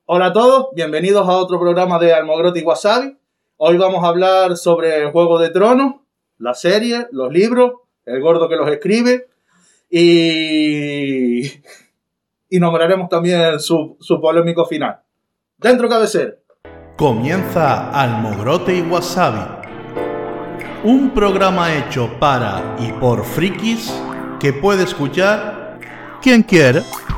Hola a todos, bienvenidos a otro programa de Almogrote y Wasabi. Hoy vamos a hablar sobre Juego de Tronos, la serie, los libros, el gordo que los escribe y nombraremos también su polémico final. Dentro cabecera. Comienza Almogrote y Wasabi, un programa hecho para y por frikis que puede escuchar quien quiera.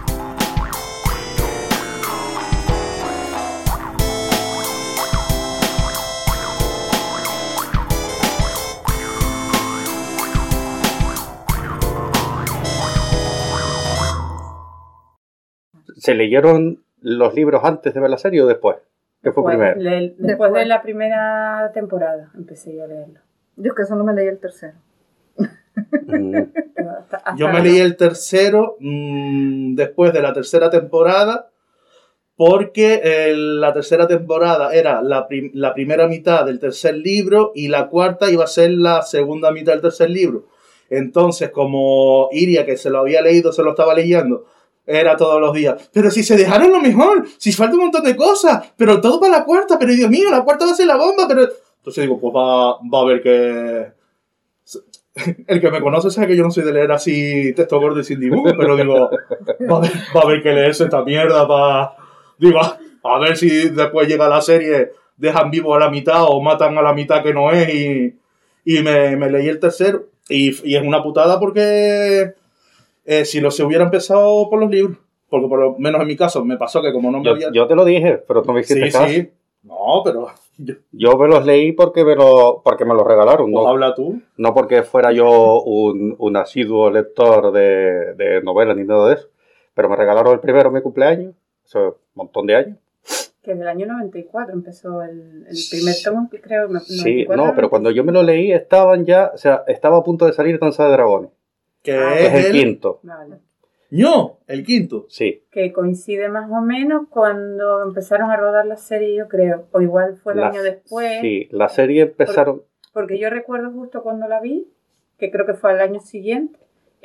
¿Se leyeron los libros antes de ver la serie o después? ¿Qué fue primero? Después de la primera temporada empecé yo a leerlo. Yo es que solo me leí el tercero. Yo me leí el tercero después de la tercera temporada, porque la tercera temporada era la primera mitad del tercer libro y la cuarta iba a ser la segunda mitad del tercer libro. Entonces, como Iria, que se lo había leído, se lo estaba leyendo, era todos los días. Pero si se dejaron lo mejor, si falta un montón de cosas, pero todo para la cuarta, pero Dios mío, la cuarta va a ser la bomba, pero... Entonces digo, pues va a ver que... El que me conoce sabe que yo no soy de leer así texto gordo y sin dibujo, pero digo, va a ver que leerse esta mierda para... Digo, a ver si después llega la serie, dejan vivo a la mitad o matan a la mitad que no es y me leí el tercero. Y es una putada porque... si se hubiera empezado por los libros, porque por lo menos en mi caso me pasó que como no me había... Yo te lo dije, pero tú me hiciste caso. Sí. No, pero... Yo me los leí porque me los regalaron. Pues ¿no? Habla tú. No porque fuera yo un asiduo lector de novelas ni nada de eso. Pero me regalaron el primero en mi cumpleaños, hace un montón de años. Que en el año 94 empezó el primer tomo, creo. 94, sí, no, pero cuando yo me lo leí estaba a punto de salir Danza de Dragones. Que es el quinto. Vale. No, el quinto. Sí. Que coincide más o menos cuando empezaron a rodar la serie, yo creo. O igual fue el año después. Sí, la serie empezaron... Porque yo recuerdo justo cuando la vi, que creo que fue al año siguiente,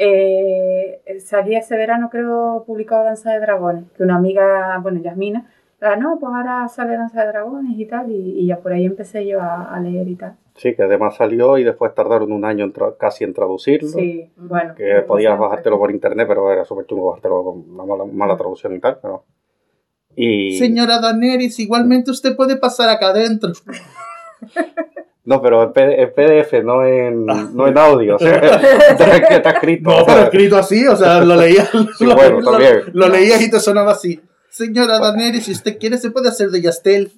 salía ese verano, creo, publicado Danza de Dragones. Que una amiga, bueno, Yasmina, no, pues ahora sale Danza de Dragones y tal. Y ya por ahí empecé yo a leer y tal. Sí, que además salió y después tardaron un año casi en traducirlo. Sí, bueno. Que podías bajártelo por internet, pero era súper chungo bajártelo con una mala traducción y tal. Pero... Señora Daenerys, igualmente usted puede pasar acá adentro. No, pero en PDF, no en audio. O sea, que está escrito. No, pero escrito así, o sea, lo leías. Sí, bueno, también. Lo leías y te sonaba así. Señora Daenerys, si usted quiere, se puede hacer de Yastel.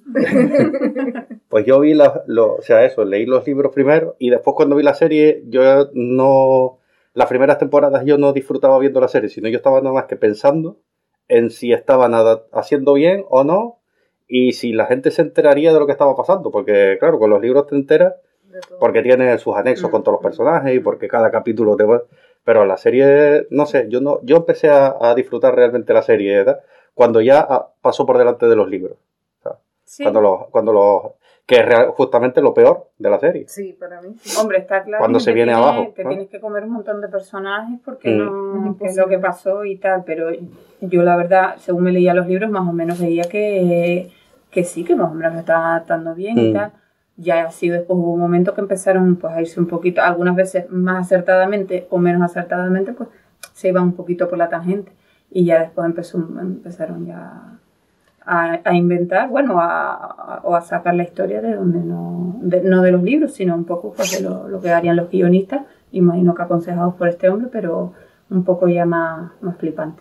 Pues yo vi leí los libros primero y después cuando vi la serie, yo no... Las primeras temporadas yo no disfrutaba viendo la serie, sino yo estaba nada más que pensando en si estaban haciendo bien o no y si la gente se enteraría de lo que estaba pasando, porque claro, con los libros te enteras porque tiene sus anexos con todos los personajes y porque cada capítulo te va... Pero la serie, no sé, yo empecé a disfrutar realmente la serie, ¿verdad? Cuando ya pasó por delante de los libros. O sea, sí. Que es justamente lo peor de la serie. Sí, para mí. Sí. Hombre, está claro cuando se viene abajo. Que tienes que comer un montón de personajes porque no es lo que pasó y tal, pero yo la verdad, según me leía los libros, más o menos veía que sí, que más o menos lo estaban adaptando bien y tal. Ya así después hubo un momento que empezaron pues a irse un poquito, algunas veces más acertadamente o menos acertadamente, pues se iban un poquito por la tangente y ya después empezaron ya a inventar, bueno, o a sacar la historia de donde no de los libros, sino un poco pues, de lo que harían los guionistas, imagino que aconsejados por este hombre, pero un poco ya más flipante.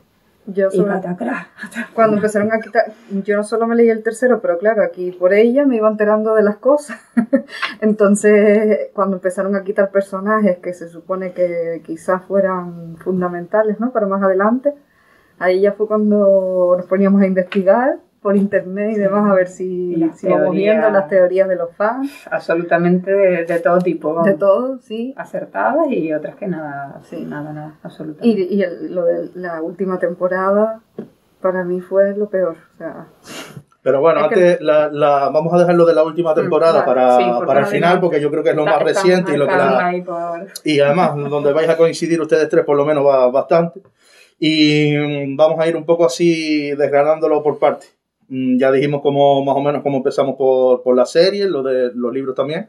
Cuando empezaron a quitar, yo no solo me leí el tercero, pero claro, aquí por ella me iba enterando de las cosas. Entonces, cuando empezaron a quitar personajes que se supone que quizás fueran fundamentales, ¿no?, para más adelante, ahí ya fue cuando nos poníamos a investigar por internet y demás a ver si íbamos viendo las teorías de los fans. Absolutamente de todo tipo. Vamos. De todo, sí. Acertadas y otras que nada, sí, nada, absolutamente. Y lo de la última temporada para mí fue lo peor. O sea, pero bueno, antes vamos a dejarlo de la última temporada para el final, porque yo creo que es lo más reciente y lo que y además donde vais a coincidir ustedes tres por lo menos va bastante. Y vamos a ir un poco así desgranándolo por partes. Ya dijimos cómo, más o menos cómo empezamos por la serie, lo de los libros también.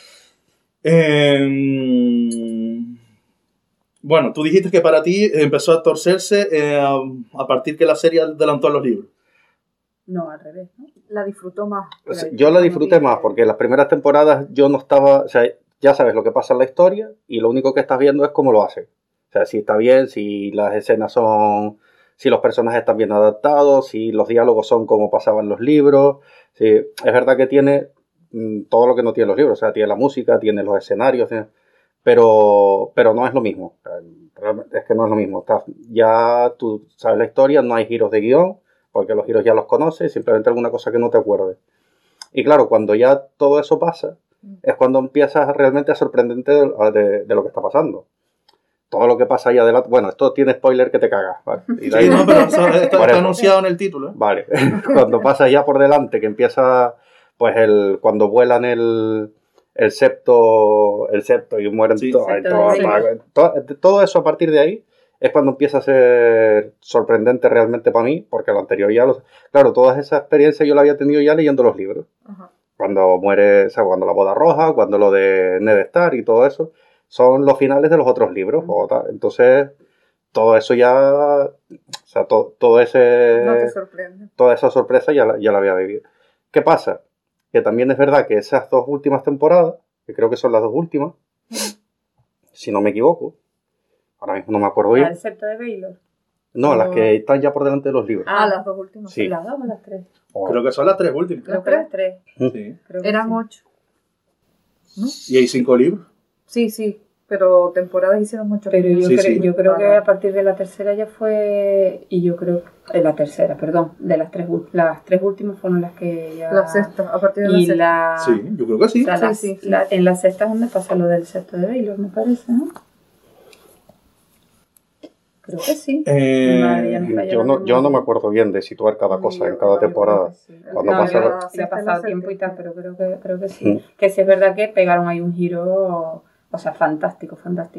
Bueno, tú dijiste que para ti empezó a torcerse a partir que la serie adelantó a los libros. No, al revés, ¿no? La disfrutó más. Yo la disfruté más porque las primeras temporadas yo no estaba, o sea, ya sabes lo que pasa en la historia y lo único que estás viendo es cómo lo hacen. O sea, si está bien, si las escenas son, si los personajes están bien adaptados, si los diálogos son como pasaban los libros. Sí, es verdad que tiene todo lo que no tiene los libros, o sea, tiene la música, tiene los escenarios, pero no es lo mismo. Realmente es que no es lo mismo. Ya tú sabes la historia, no hay giros de guión, porque los giros ya los conoces, simplemente alguna cosa que no te acuerdes. Y claro, cuando ya todo eso pasa, es cuando empiezas realmente a sorprenderte de lo que está pasando. Todo lo que pasa ahí adelante... Bueno, esto tiene spoiler que te cagas, ¿vale? Y de ahí, Sí, no, pero está anunciado en el título. Vale. Cuando pasa ya por delante, que empieza, pues, cuando vuelan el septo y mueren Sí, todo eso a partir de ahí es cuando empieza a ser sorprendente realmente para mí, porque lo anterior claro, toda esa experiencia yo la había tenido ya leyendo los libros. Ajá. Cuando muere, o sea, cuando la boda roja, cuando lo de Ned Stark y todo eso, son los finales de los otros libros. Entonces, todo eso ya, o sea, todo ese... No te sorprende. Toda esa sorpresa ya la había vivido. ¿Qué pasa? Que también es verdad que esas 2 últimas temporadas, que creo que son las 2 últimas, si no me equivoco, ahora mismo no me acuerdo bien. ¿El septo de Baylor? No, las que están ya por delante de los libros. Las 2 últimas. Sí. ¿Las 2 o las 3? Creo que son las 3 últimas. Creo que las 3. Sí. Eran 8. ¿No? ¿Y hay 5 libros? Sí, pero temporadas hicieron mucho. Pero yo creo que Ajá. a partir de la tercera ya fue... Y yo creo... la tercera, perdón. De las 3 últimas fueron las que ya... La sexta, a partir de la sexta. Sí, yo creo que sí. O sea, Sí. En la sexta es donde pasa lo del septo de Baylor, me parece, ¿no? Creo que sí. Madre, ya me falla la yo no memoria. me acuerdo bien de situar cada cosa en cada temporada. Cuando No, pasa se ha pasado tiempo y tal, pero creo que sí. Que sí es verdad que pegaron ahí un giro, o sea, fantástico.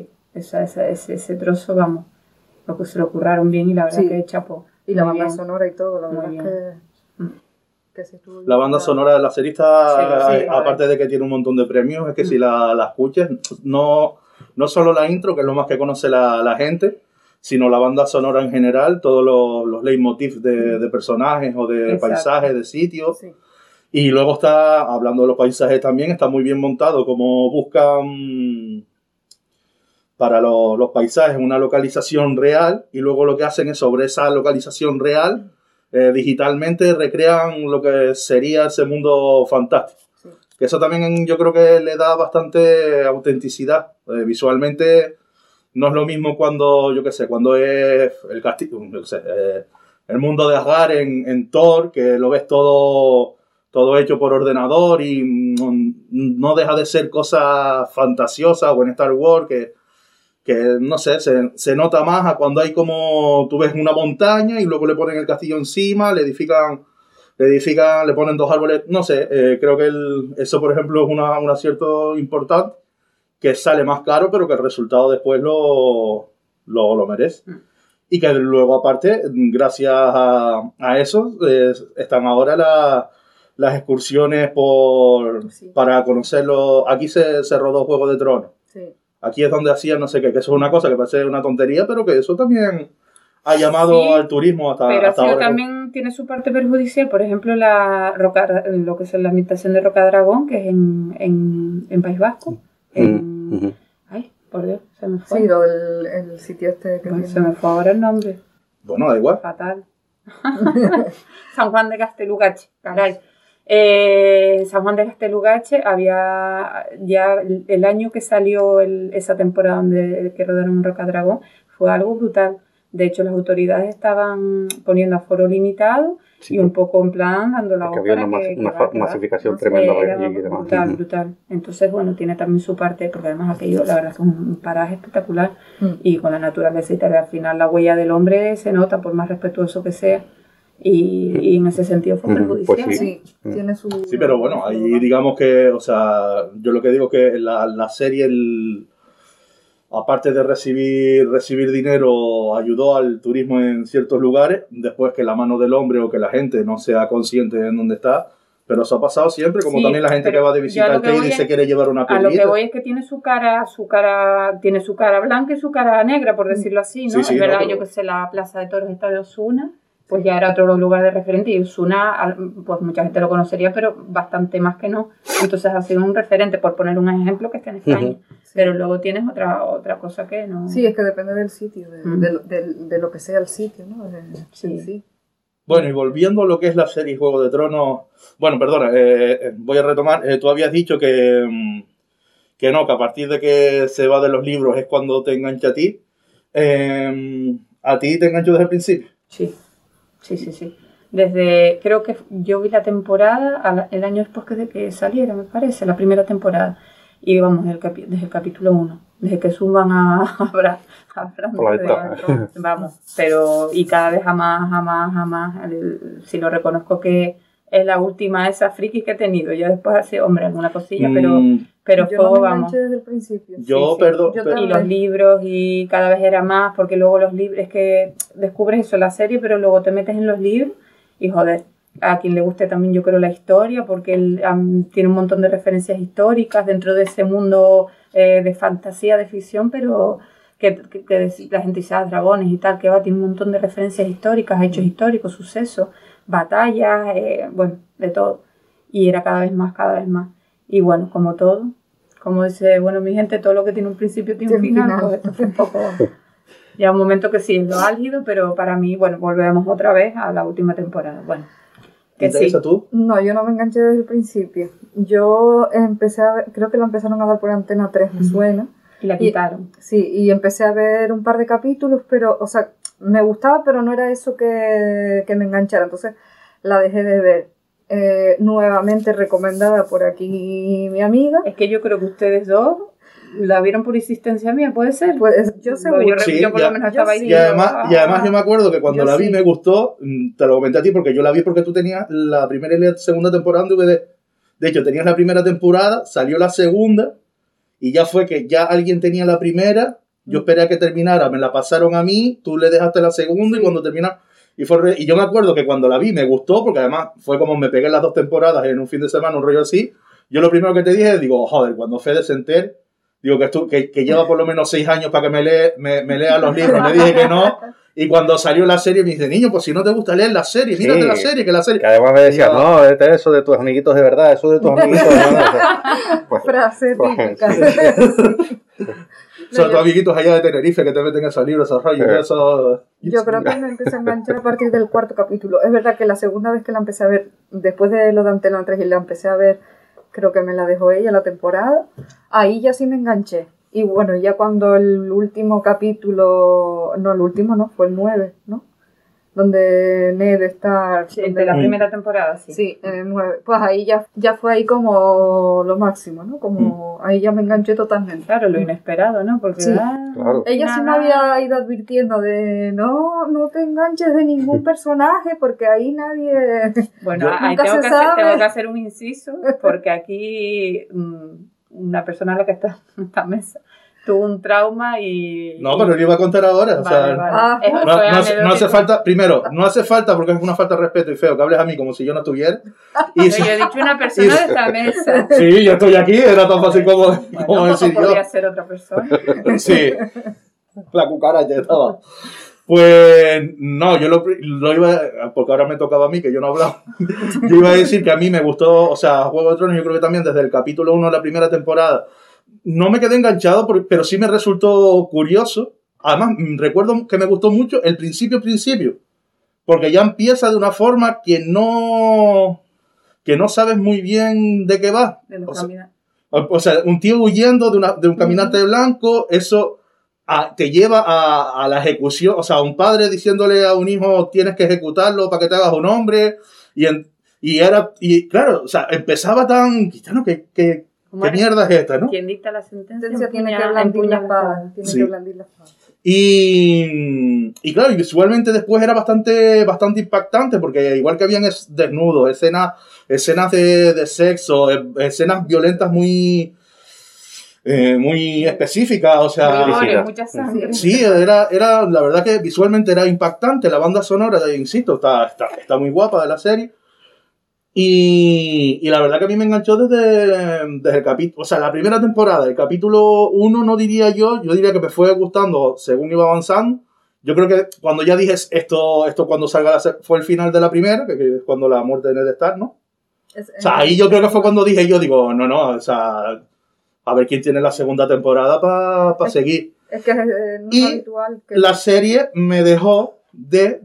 Ese trozo, vamos, lo que se lo curraron bien y la verdad que chapó. Y la Muy banda bien. sonora y todo, la Muy verdad que sí estuvo bien. La banda sonora de la serie está, Sí, aparte de que tiene un montón de premios, es que si la escuchas, no solo la intro, que es lo más que conoce la gente, sino la banda sonora en general, todos los leitmotiv de personajes o de paisajes, de sitios. Sí. Y luego está, hablando de los paisajes también, está muy bien montado, como buscan para los paisajes una localización real y luego lo que hacen es sobre esa localización real, digitalmente recrean lo que sería ese mundo fantástico. Sí. Que eso también yo creo que le da bastante autenticidad. Visualmente no es lo mismo cuando, yo qué sé, cuando es el castillo, yo qué sé, el mundo de Asgard en Thor, que lo ves todo hecho por ordenador y no deja de ser cosas fantasiosas, o en Star Wars, que no sé, se nota más a cuando hay como, tú ves una montaña y luego le ponen el castillo encima, le ponen 2 árboles, no sé, creo que eso por ejemplo es un acierto importante, que sale más caro, pero que el resultado después lo merece. Y que luego aparte, gracias a eso, están ahora las excursiones para conocerlo. Aquí se rodó Juego de Tronos. Sí. Aquí es donde hacían no sé qué, que eso es una cosa que parece una tontería, pero que eso también ha llamado al turismo hasta pero ahora. También tiene su parte perjudicial, por ejemplo, lo que es la ambientación de Rocadragón, que es en País Vasco. Ay, por Dios, se me fue. Sí, el sitio este que Se me fue ahora el nombre. Bueno, da igual. Fatal. San Juan de Castelugache, caray. San Juan de Castelugache había ya el año que salió esa temporada que rodaron Rocadragón, fue algo brutal. De hecho, las autoridades estaban poniendo aforo limitado y un poco en plan dando la voz había una masificación tremenda. Brutal. Entonces, bueno, tiene también su parte, porque además aquello, la verdad, es un paraje espectacular y con la naturaleza y tal. Al final, la huella del hombre se nota, por más respetuoso que sea. Y en ese sentido fue perjudicial. Pues sí, tiene su... Sí, pero bueno, ahí digamos que, o sea, yo lo que digo es que la serie, aparte de recibir dinero, ayudó al turismo en ciertos lugares, después que la mano del hombre o que la gente no sea consciente de dónde está. Pero eso ha pasado siempre, como también la gente que va de visita al Teide y se quiere llevar una pelita. A lo que voy es que tiene su cara blanca y su cara negra, por decirlo así, ¿no? Sí, es verdad, no, pero... yo que sé, la Plaza de Toros está de Osuna, pues ya era otro lugar de referente, y Osuna, pues mucha gente lo conocería, pero bastante más que no. Entonces ha sido un referente, por poner un ejemplo, que está en España. Pero luego tienes otra cosa que no... Sí, es que depende del sitio, de lo que sea el sitio, ¿no? Sí. Bueno, y volviendo a lo que es la serie Juego de Tronos... Bueno, perdona, voy a retomar. Tú habías dicho que no, que a partir de que se va de los libros es cuando te engancha a ti. ¿A ti te enganchó desde el principio? Sí. Creo que yo vi la temporada el año después de que saliera, me parece, la primera temporada. Y vamos, desde el capítulo 1, desde que suban a vamos, pero y cada vez jamás, si lo reconozco que es la última esa friki que he tenido. Yo después hace, alguna cosilla, pero yo fue, no me vamos. enganché desde el principio. Perdón. Y los libros, y cada vez era más, porque luego los libros, es que descubres eso, la serie, pero luego te metes en los libros y joder, a quien le guste también yo creo la historia, porque él tiene un montón de referencias históricas dentro de ese mundo de fantasía, de ficción, pero que la gente dice, dragones y tal, que tiene un montón de referencias históricas, hechos históricos, sucesos, batallas, de todo. Y era cada vez más. Y bueno, como todo, como dice, mi gente, todo lo que tiene un principio tiene un final. Pues esto fue un poco... Ya un momento que sí, es lo álgido, pero para mí, volvemos otra vez a la última temporada. ¿Qué te dice tú? No, yo no me enganché desde el principio. Yo empecé a ver, creo que la empezaron a dar por Antena 3, me suena. Y la quitaron. Y empecé a ver un par de capítulos, pero, o sea, me gustaba, pero no era eso que me enganchara. Entonces la dejé de ver. Nuevamente recomendada por aquí mi amiga. Es que yo creo que ustedes dos la vieron por insistencia mía, ¿puede ser? Pues yo seguro. Yo por lo menos estaba ahí. Y además yo me acuerdo que cuando la vi me gustó, te lo comenté a ti porque yo la vi porque tú tenías la primera y la segunda temporada en DVD. De hecho, tenías la primera temporada, salió la segunda y ya fue que ya alguien tenía la primera, yo esperé a que terminara, me la pasaron a mí, tú le dejaste la segunda y cuando terminó... Y yo me acuerdo que cuando la vi me gustó porque además fue como me pegué las 2 temporadas en un fin de semana, un rollo así. Yo lo primero que te dije, digo, joder, cuando Fede se entere, digo que lleva por lo menos 6 años para que me lea los libros, le dije que no. Y cuando salió la serie me dice, niño, pues si no te gusta leer la serie, mírate la serie, que la serie... Que además me decía, no, eso de tus amiguitos de verdad, eso de tus amiguitos de verdad. Frase típica. Son tus amiguitos allá de Tenerife que te meten esos libros, esos rollos, eso... Yo creo que me empecé a enganchar a partir del 4º capítulo. Es verdad que la segunda vez que la empecé a ver, después de lo de Antena 3 y la empecé a ver, creo que me la dejó ella la temporada, ahí ya sí me enganché. Y bueno, ya cuando el último capítulo, no, el último no, fue el 9, ¿no? Donde Ned está... Sí, de la primera temporada, sí. Sí, en el 9. Pues ahí ya fue ahí como lo máximo, ¿no? Como ahí ya me enganché totalmente. Claro, lo inesperado, ¿no? Porque sí, claro. Ella sí me había ido advirtiendo de no te enganches de ningún personaje porque ahí nadie... Bueno, ahí tengo que hacer un inciso porque aquí una persona a la que está en esta mesa tuvo un trauma y... No, pero lo iba a contar ahora. No hace falta, primero, no hace falta porque es una falta de respeto y feo que hables a mí como si yo no estuviera. Yo he dicho una persona de esta mesa. Sí, yo estoy aquí, era tan fácil como decir yo. Podría ser otra persona. Sí, la cucaracha estaba. Pues no, yo lo iba, porque ahora me tocaba a mí, que yo no hablaba. Yo iba a decir que a mí me gustó, o sea, Juego de Tronos, yo creo que también desde el capítulo 1 de la primera temporada, no me quedé enganchado, pero sí me resultó curioso. Además, recuerdo que me gustó mucho el principio, porque ya empieza de una forma que no sabes muy bien de qué va. O sea, un tío huyendo de un caminante blanco, eso te lleva a la ejecución, o sea, un padre diciéndole a un hijo tienes que ejecutarlo para que te hagas un hombre, y claro, o sea, empezaba tan cristiano que ¿qué mierda es esta, no? Quien dicta la sentencia tiene que blandir la espada. Y claro, y visualmente después era bastante impactante, porque igual que habían desnudos, escenas de sexo, escenas violentas muy muy específica, o sea... Mucha sangre. Sí, era, la verdad que visualmente era impactante, la banda sonora, insisto, está muy guapa de la serie. Y la verdad que a mí me enganchó desde el capítulo, o sea, la primera temporada, el capítulo 1 no diría yo diría que me fue gustando según iba avanzando. Yo creo que cuando ya dije esto cuando salga fue el final de la primera, que es cuando la muerte de Ned Stark, ¿no? O sea, ahí yo creo que fue cuando dije no, o sea, a ver quién tiene la segunda temporada para seguir. Es que es habitual que... La serie me dejó de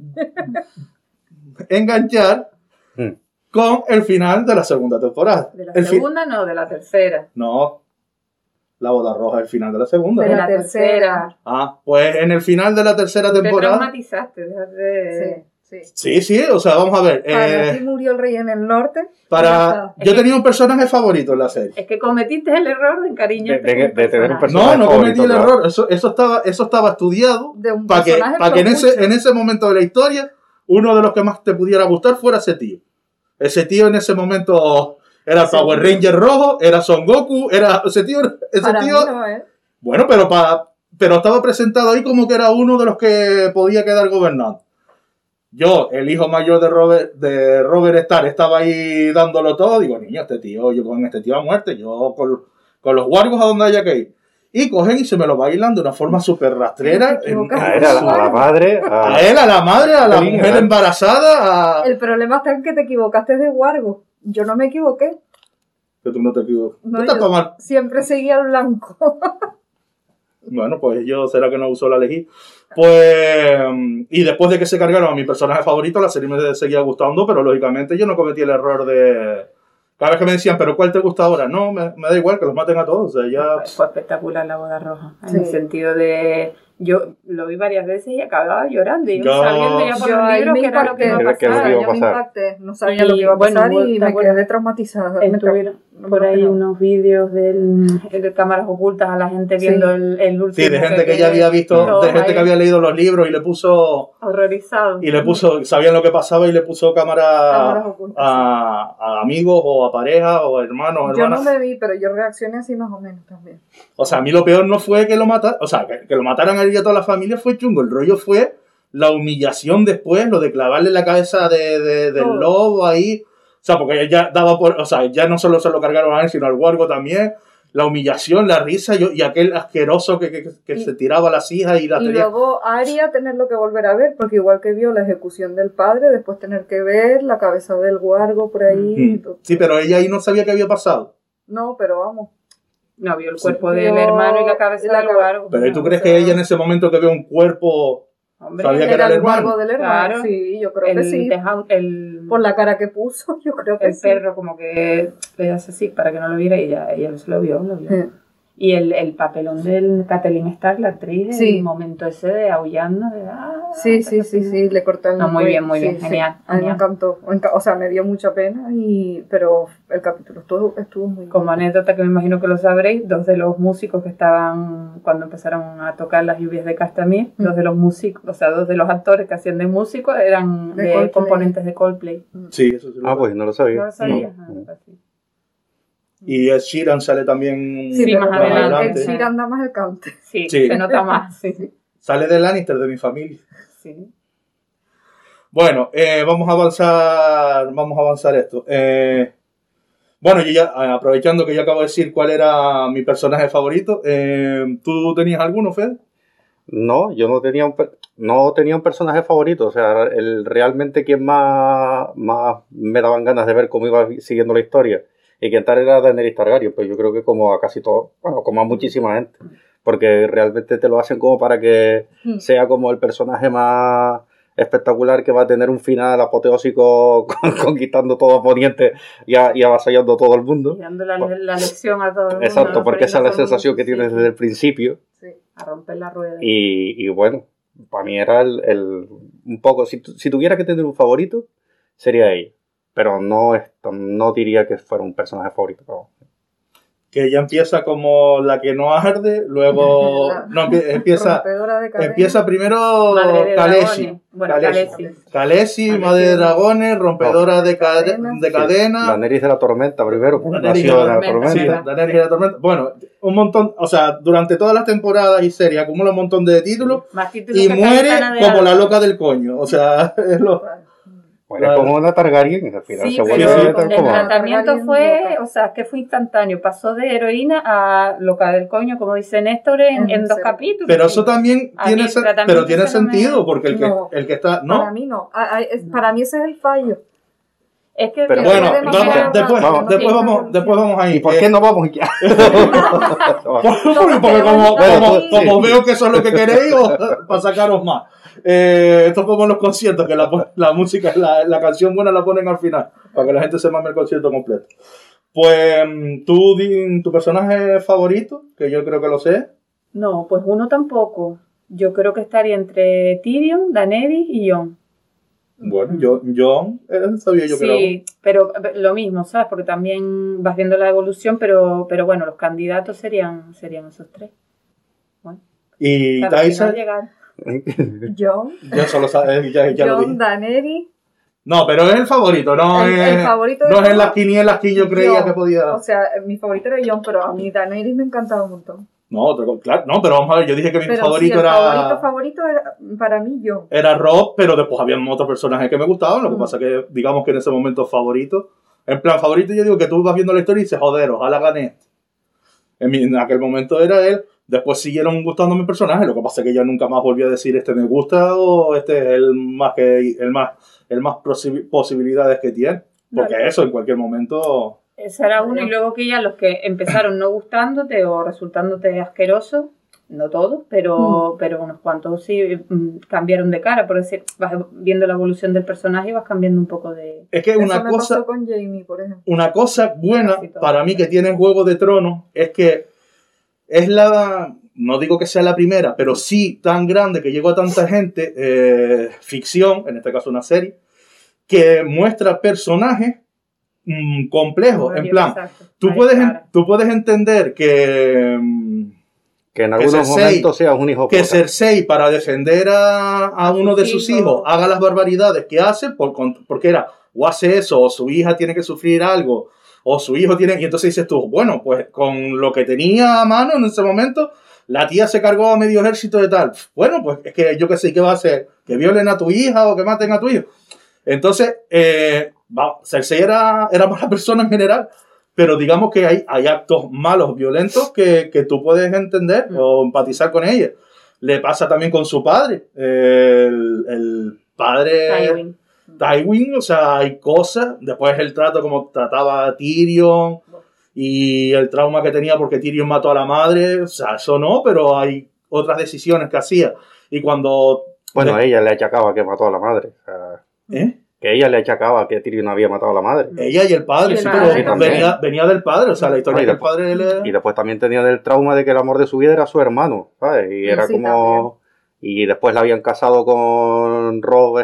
enganchar con el final de la segunda temporada. De la segunda no, de la tercera. No, la boda roja es el final de la segunda. De la tercera. Ah, pues en el final de la tercera temporada... Te traumatizaste, déjate... Sí, o sea, vamos a ver. Para ti murió el rey en el norte. Yo tenía un personaje favorito en la serie. Es que cometiste el error de encariñarte de tener un personaje no favorito, cometí el error. Eso estaba estudiado para que en ese momento de la historia uno de los que más te pudiera gustar fuera ese tío. Ese tío en ese momento era Power Ranger rojo, era Son Goku, era ese tío. No, bueno, pero estaba presentado ahí como que era uno de los que podía quedar gobernando. Yo, el hijo mayor de Robert Stark, estaba ahí dándolo todo. Digo, niño, yo con este tío a muerte, yo con los wargos a donde haya que ir. Y cogen y se me lo bailan de una forma súper rastrera. A la madre. A la mujer embarazada. El problema está en que te equivocaste de wargo. Yo no me equivoqué. Que tú no te equivocas. No, siempre seguía el blanco. Bueno, pues será que no usó la elegí. Pues, y después de que se cargaron a mi personaje favorito, la serie me seguía gustando, pero lógicamente yo no cometí el error de... Cada vez que me decían, ¿pero cuál te gusta ahora? No, me da igual, que los maten a todos. O sea, ya... Fue espectacular la boda roja, en el sentido de... Yo lo vi varias veces y acababa llorando. Y sabiendo ya por los libros que era lo que iba a pasar. Yo me impacté, no sabía lo que iba a pasar y me quedé traumatizada. Estuvieron por ahí unos vídeos de cámaras ocultas a la gente viendo el último. Sí, de gente que ya había visto, de gente que había leído los libros y le puso... Horrorizado. Y le puso, sabían lo que pasaba y le puso cámaras ocultas, a amigos o a parejas o a hermanos o hermanas. Yo no me vi, pero yo reaccioné así más o menos también. O sea, a mí lo peor no fue que lo mataran, o sea, que lo mataran a él y a toda la familia fue chungo. El rollo fue la humillación después, lo de clavarle la cabeza del lobo ahí. O sea, porque ya daba o sea, ya no solo se lo cargaron a él, sino al wargo también. La humillación, la risa y aquel asqueroso que se tiraba a las hijas y la tenía. Y luego Arya tenerlo que volver a ver, porque igual que vio la ejecución del padre, después tener que ver la cabeza del wargo por ahí. Sí, pero ella ahí no sabía qué había pasado. No, pero vamos. No, vio el cuerpo del hermano y la cabeza del wargo. Pero ¿y tú crees que ella en ese momento que ve un cuerpo... Hombre, sabía que era el wargo del hermano? Claro. Sí, yo creo que sí. Por la cara que puso, yo creo que sí. El perro como que le hace así para que no lo viera y ella se lo vio. Sí. Y el papelón de Catelyn Stark, la actriz, el momento ese de aullando, de... Sí, le cortaron. No, muy bien, genial. A mí me encantó, o sea, me dio mucha pena, pero el capítulo estuvo muy bien. Como anécdota que me imagino que lo sabréis, dos de los músicos que estaban, cuando empezaron a tocar Las lluvias de Castamere, dos de los músicos, o sea, dos de los actores que hacían de músicos eran de componentes de Coldplay. Sí, eso sí. Pues no lo sabía. No lo sabía. Y Ed Sheeran sale también más adelante. Ed Sheeran da más el cante. Sí, se nota más. Sí. Sale de Lannister, de mi familia. Sí. Bueno, vamos a avanzar esto. Bueno, yo ya, aprovechando que yo acabo de decir cuál era mi personaje favorito, ¿tú tenías alguno, Fede? No, yo no tenía un personaje favorito. O sea, realmente quien más me daban ganas de ver cómo iba siguiendo la historia y que tal era Daenerys Targaryen, pues yo creo que como a casi todos, bueno, como a muchísima gente, porque realmente te lo hacen como para que sea como el personaje más espectacular que va a tener un final apoteósico conquistando todo Poniente y avasallando a todo el mundo. Y dando la lección a todo el mundo. Exacto, porque esa es la sensación que tienes desde el principio. Sí, a romper la rueda. Y bueno, para mí era un poco, si tuviera que tener un favorito, sería ella. Pero no diría que fuera un personaje favorito. que ella empieza como la que no arde, luego empieza primero Khaleesi. Bueno, Khaleesi, madre de dragones, rompedora de cadenas. Daenerys de la tormenta primero. Daenerys de la tormenta. Bueno, un montón, o sea, durante todas las temporadas y series acumula un montón de títulos y muere como la loca del coño. O sea, es lo... Bueno, como una Targaryen, al final se vuelve el tratamiento fue, o sea, que fue instantáneo, pasó de heroína a loca del coño, como dice Néstor, en 2 capítulos. Pero eso también tiene sentido, porque el que está... ¿no? Para mí no, para mí ese es el fallo. Es que pero bueno, después vamos ahí. ¿Por qué no vamos ya? Porque como veo que eso es lo que queréis, para sacaros más. Esto es como en los conciertos, que la música, la canción buena la ponen al final, para que la gente se mame el concierto completo. Pues, ¿tu personaje favorito? Que yo creo que lo sé. No, pues uno tampoco. Yo creo que estaría entre Tyrion, Daenerys y Jon. Bueno, Jon, sabía yo que era. Sí, pero lo mismo, ¿sabes? Porque también vas viendo la evolución, pero bueno, los candidatos serían esos 3. Bueno, y Tyson. Jon. Yo solo sabes, ya lo dije. Daenerys. No, pero es el favorito, el favorito no es en las quinielas que yo creía que podía. O sea, mi favorito era Jon, pero a mí Daenerys me encantaba un montón. No, claro, no, pero vamos a ver, yo dije que mi favorito era... favorito era, para mí, Jon. Era Robb, pero después había otros personajes que me gustaban, lo que pasa que, digamos que en ese momento favorito, en plan favorito yo digo que tú vas viendo la historia y dices, joder, ojalá gané. En aquel momento era él, después siguieron gustándome personajes, lo que pasa es que yo nunca más volví a decir este me gusta o este es el más posibilidades que tiene, porque eso en cualquier momento... Ese era uno, y luego que ya los que empezaron no gustándote o resultándote asquerosos, no todos, pero unos cuantos sí cambiaron de cara, por decir, vas viendo la evolución del personaje y vas cambiando un poco de... Es que una cosa... pasó con Jaime, por ejemplo. Una cosa buena para mí que tiene Juego de Tronos es que es no digo que sea la primera, pero sí tan grande que llegó a tanta gente, ficción, en este caso una serie, que muestra personajes complejos, en plan, tú puedes entender que en algunos momentos sea un hijo que Cersei para defender a uno de sus hijos haga las barbaridades que hace porque o hace eso o su hija tiene que sufrir algo o su hijo tiene, y entonces dices tú, bueno, pues con lo que tenía a mano en ese momento la tía se cargó a medio ejército de tal, bueno, pues es que yo qué sé, ¿qué va a hacer? Que violen a tu hija o que maten a tu hijo. Entonces Cersei era mala persona en general, pero digamos que hay actos malos, violentos que tú puedes entender o empatizar con ella. Le pasa también con su padre, el padre Tywin, o sea, hay cosas, después el trato como trataba a Tyrion y el trauma que tenía porque Tyrion mató a la madre, o sea, eso no, pero hay otras decisiones que hacía. Y cuando... Bueno, ella le achacaba que mató a la madre, o sea... Que ella le achacaba que Tyrion había matado a la madre. Ella y el padre, sí, pero venía del padre, o sea, la historia del padre... Y después también tenía el trauma de que el amor de su vida era su hermano, ¿sabes? Y era como... También. Y después la habían casado con Robb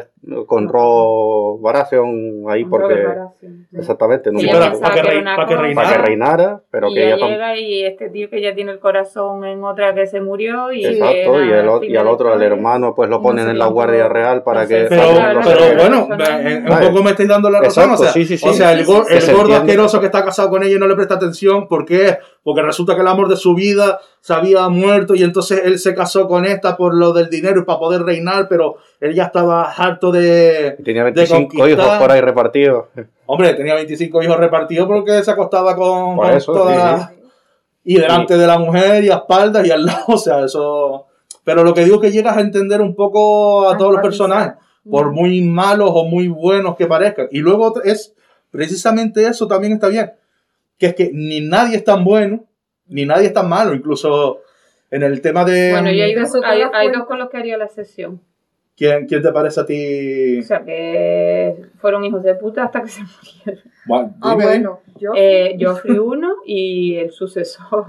Baratheon ahí porque... Exactamente. No, para que reinara, pero y que ella llega y este tío que ya tiene el corazón en otra que se murió y... Exacto, y al otro, al hermano, pues lo ponen en la Guardia Real para que... Pero bueno, un poco me estáis dando la razón. O sea, el gordo asqueroso que está casado con ella y no le presta atención, ¿por qué? Porque resulta que el amor de su vida se había muerto y entonces él se casó con esta por lo del dinero y para poder reinar, pero él ya estaba harto de... Tenía 25 hijos por ahí repartidos. Hombre, tenía 25 hijos repartidos porque se acostaba con toda y delante de la mujer y a espaldas y al lado, o sea, eso... Pero lo que digo es que llegas a entender un poco a todos los personajes, por muy malos o muy buenos que parezcan. Y luego es precisamente eso también está bien, que es que ni nadie es tan bueno, ni nadie es tan malo, incluso en el tema de... Bueno, y hay dos con los que haría la sesión. ¿Quién te parece a ti? O sea, que fueron hijos de puta hasta que se murieron. Bueno, Joffrey 1 y el sucesor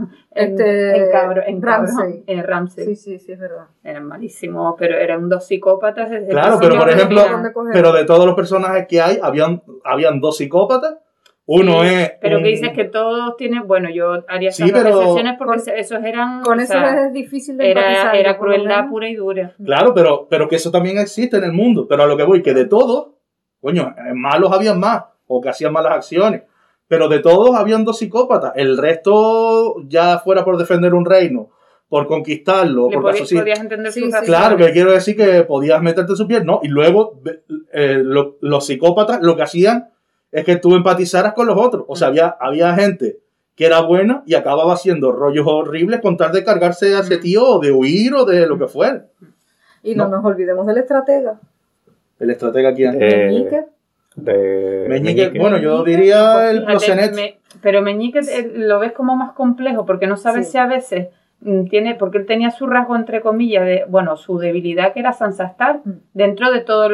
Ramsay. Sí, es verdad. Eran malísimos, pero eran dos psicópatas. Claro, pero por ejemplo, pero de todos los personajes que hay, habían dos psicópatas Uno es... Pero que dices que todos tienen... Bueno, yo haría esas Sí, pero- excepciones porque esos eran... Con o eso sea, es difícil de empatizar. era yo por lo crueldad menos. pura y dura. Claro, pero que eso también existe en el mundo. Pero a lo que voy, que de todos, coño, malos habían más, o que hacían malas acciones. Pero de todos habían 2 psicópatas. El resto, ya fuera por defender un reino, por conquistarlo, Le por asociar. podías entender Sí, sus sí, razones. Claro, que quiero decir que podías meterte en su piel, ¿no? Y luego los psicópatas lo que hacían es que tú empatizaras con los otros. O sea, había gente que era buena y acababa haciendo rollos horribles con tal de cargarse a ese tío o de huir o de lo que fuera. Y no nos olvidemos del estratega. El estratega aquí. Meñique. Meñique, bueno, yo diría el Fíjate, Prosenet. pero Meñique lo ves como más complejo, porque no sabes Sí. si a veces tiene, porque él tenía su rasgo, entre comillas, su debilidad, que era Sansa Stark, dentro de todo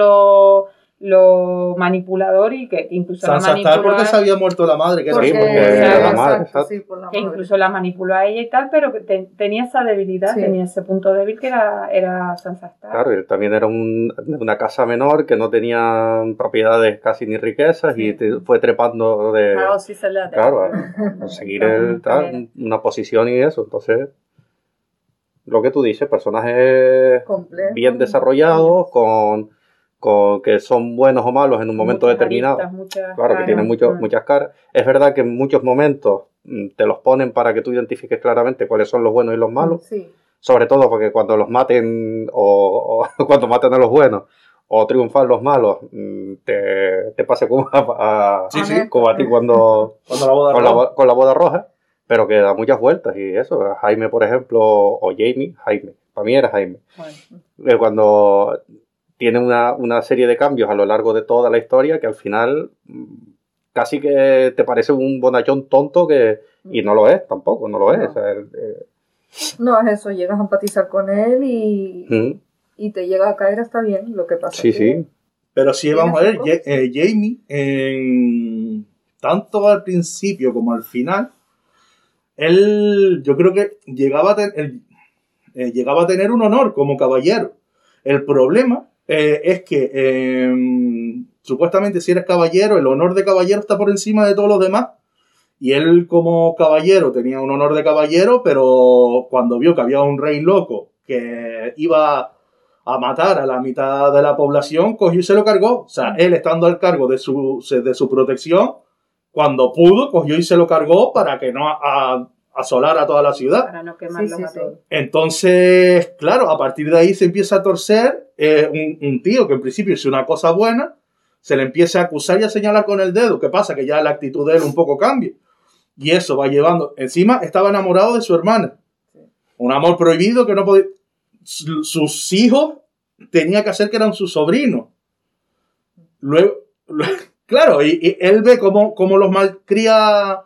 lo manipulador, y que incluso Sansa la Stark porque manipuló se había muerto la madre, que era Sí, su- porque era la madre, exacto, exacto. sí, por la que madre. incluso la manipuló a ella y tal, pero que tenía esa debilidad, Sí. tenía ese punto débil que era Sansa Stark. Claro, él también era de una casa menor que no tenía propiedades casi ni riquezas y fue trepando de... Claro, sí se le Claro, a conseguir una posición y eso. Entonces, lo que tú dices, personajes Complejo. bien desarrollados, con que son buenos o malos en un momento Muchas determinado. aristas, muchas Claro, que caras. tienen muchas caras. Es verdad que en muchos momentos te los ponen para que tú identifiques claramente cuáles son los buenos y los malos. Sí. Sobre todo porque cuando los maten o cuando maten a los buenos o triunfan los malos, te pase como como a ti cuando Cuando la boda con roja. con la boda roja, pero que da muchas vueltas y eso. Jaime, por ejemplo, o Jaime, para mí era Jaime. Bueno. Cuando tiene una serie de cambios a lo largo de toda la historia que al final casi que te parece un bonachón tonto y no lo es tampoco, no lo es. No. O sea, No, es eso, llegas a empatizar con él y te llega a caer hasta bien lo que pasa. sí, que- sí. Pero sí, Tiene vamos a ver, sus cosas. Jamie, tanto al principio como al final, él, yo creo que llegaba a tener un honor como caballero. El problema es que supuestamente si eres caballero, el honor de caballero está por encima de todos los demás. Y él como caballero tenía un honor de caballero, pero cuando vio que había un rey loco que iba a matar a la mitad de la población, cogió y se lo cargó. O sea, él estando al cargo de su protección, cuando pudo, cogió y se lo cargó para que no asolara a toda la ciudad. Para no quemarlos Sí, sí, a sí. todos. Entonces, claro, a partir de ahí se empieza a torcer un tío que en principio hizo una cosa buena, se le empieza a acusar y a señalar con el dedo. ¿Qué pasa? Que ya la actitud de él un poco cambia. Y eso va llevando... Encima estaba enamorado de su hermana. Un amor prohibido que no podía... Sus hijos tenía que hacer que eran sus sobrinos. Luego claro, y él ve cómo los malcría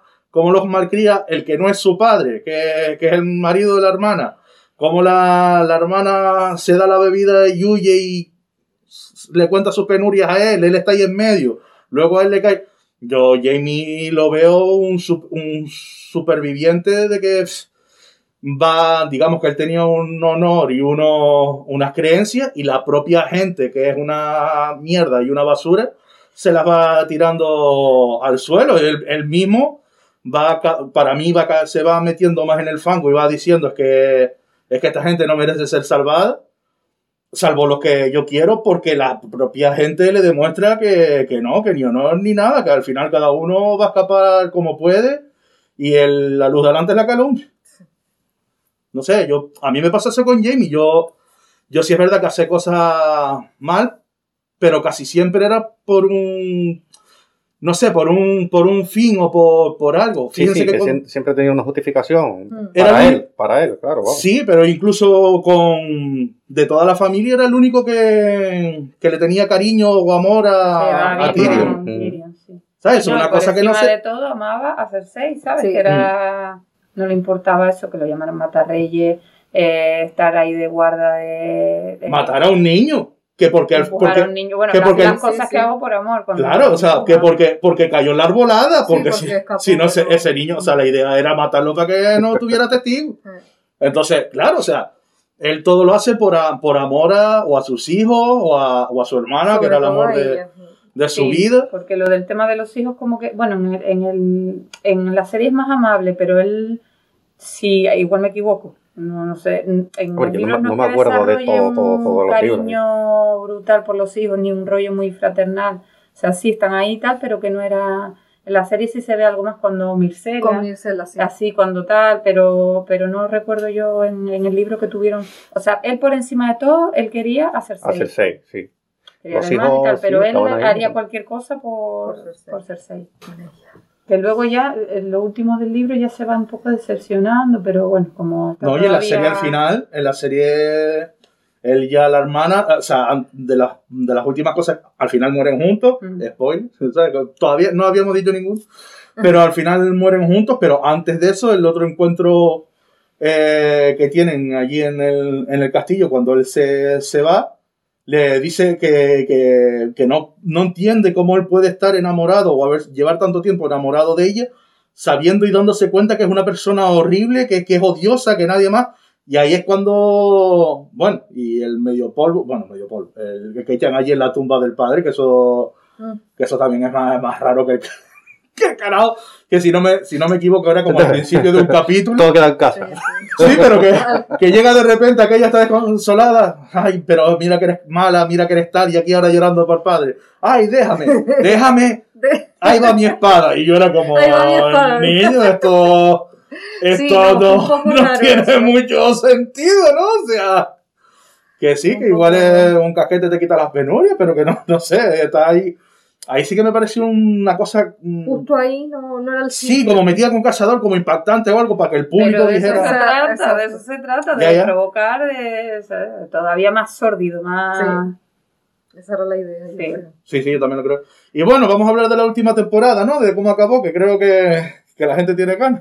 el que no es su padre, que es el marido de la hermana. Cómo la hermana se da la bebida y huye y le cuenta sus penurias a él está ahí en medio. Luego a él le cae... Yo, Jamie, lo veo un superviviente de que digamos que él tenía un honor y unas creencias, y la propia gente, que es una mierda y una basura, se las va tirando al suelo. Él mismo para mí se va metiendo más en el fango y va diciendo es que esta gente no merece ser salvada, salvo los que yo quiero, porque la propia gente le demuestra que no, que ni honor ni nada, que al final cada uno va a escapar como puede y la luz delante es la calumnia. No sé, a mí me pasa eso con Jamie. Yo sí es verdad que hace cosas mal, pero casi siempre era por un... No sé, por un fin o por algo. Sí, Fíjense que siempre tenía una justificación Era para él, claro. Vamos. Sí, pero incluso de toda la familia era el único que le tenía cariño o amor a Tyrion. Tyrion, sí. ¿Sabes? Es una cosa que no sé. De todo amaba a Cersei, ¿sabes? Sí. Que era... No le importaba eso, que lo llamaran matarreyes, estar ahí de guarda de Matar a un niño. Que porque empujar a un niño. Bueno, las cosas que hago por amor. Claro, o sea, que porque cayó en la arbolada, porque escapó, si no, ese niño, o sea, la idea era matarlo para que no tuviera testigo. Entonces, claro, o sea, él todo lo hace por amor o a sus hijos o a su hermana, Sobre que era el todo amor a ella. de su vida. Porque lo del tema de los hijos, como que, bueno, en la serie es más amable, pero él, sí, igual me equivoco. No sé, en los libros no me acuerdo de todo un cariño brutal por los hijos, ni un rollo muy fraternal. O sea, sí están ahí y tal, pero que no era... En la serie sí se ve algo más cuando Myrcella. Con Myrcella, sí. Así, cuando tal, pero no recuerdo yo en el libro que tuvieron... O sea, él por encima de todo, él quería hacer Cersei, sí. Quería los hijos, y tal, pero él haría cualquier cosa por Cersei. Que luego ya, en lo último del libro ya se va un poco decepcionando, pero bueno, como... No, y en la serie al final, en la serie... Él ya, la hermana, o sea, de las últimas cosas, al final mueren juntos, spoiler, ¿sabes? Todavía no habíamos dicho ninguno, pero al final mueren juntos, pero antes de eso, el otro encuentro que tienen allí en el castillo, cuando él se va, le dice que no entiende cómo él puede estar enamorado o llevar tanto tiempo enamorado de ella, sabiendo y dándose cuenta que es una persona horrible, que es odiosa, que nadie más. Y ahí es cuando, bueno, y el medio polvo, el que echan allí en la tumba del padre, que eso también es más raro que carajo, que si no me equivoco era como al principio de un capítulo. Todo queda en casa. Sí, pero que llega de repente, aquella está desconsolada, ay, pero mira que eres mala, mira que eres tal, y aquí ahora llorando por padre. Ay, déjame, ahí va mi espada. Y yo era como, niño, esto no tiene mucho sentido, ¿no? O sea, que sí, que igual es un casquete te quita las penurias, pero que no sé, está ahí. Ahí sí que me pareció una cosa... Justo ahí no era el sitio. Sí, como metida con cazador, como impactante o algo, para que el público dijera... De eso se trata, de provocar todavía más sórdido, más... Sí. Esa era la idea. Sí, yo también lo creo. Y bueno, vamos a hablar de la última temporada, ¿no? De cómo acabó, que creo que la gente tiene ganas.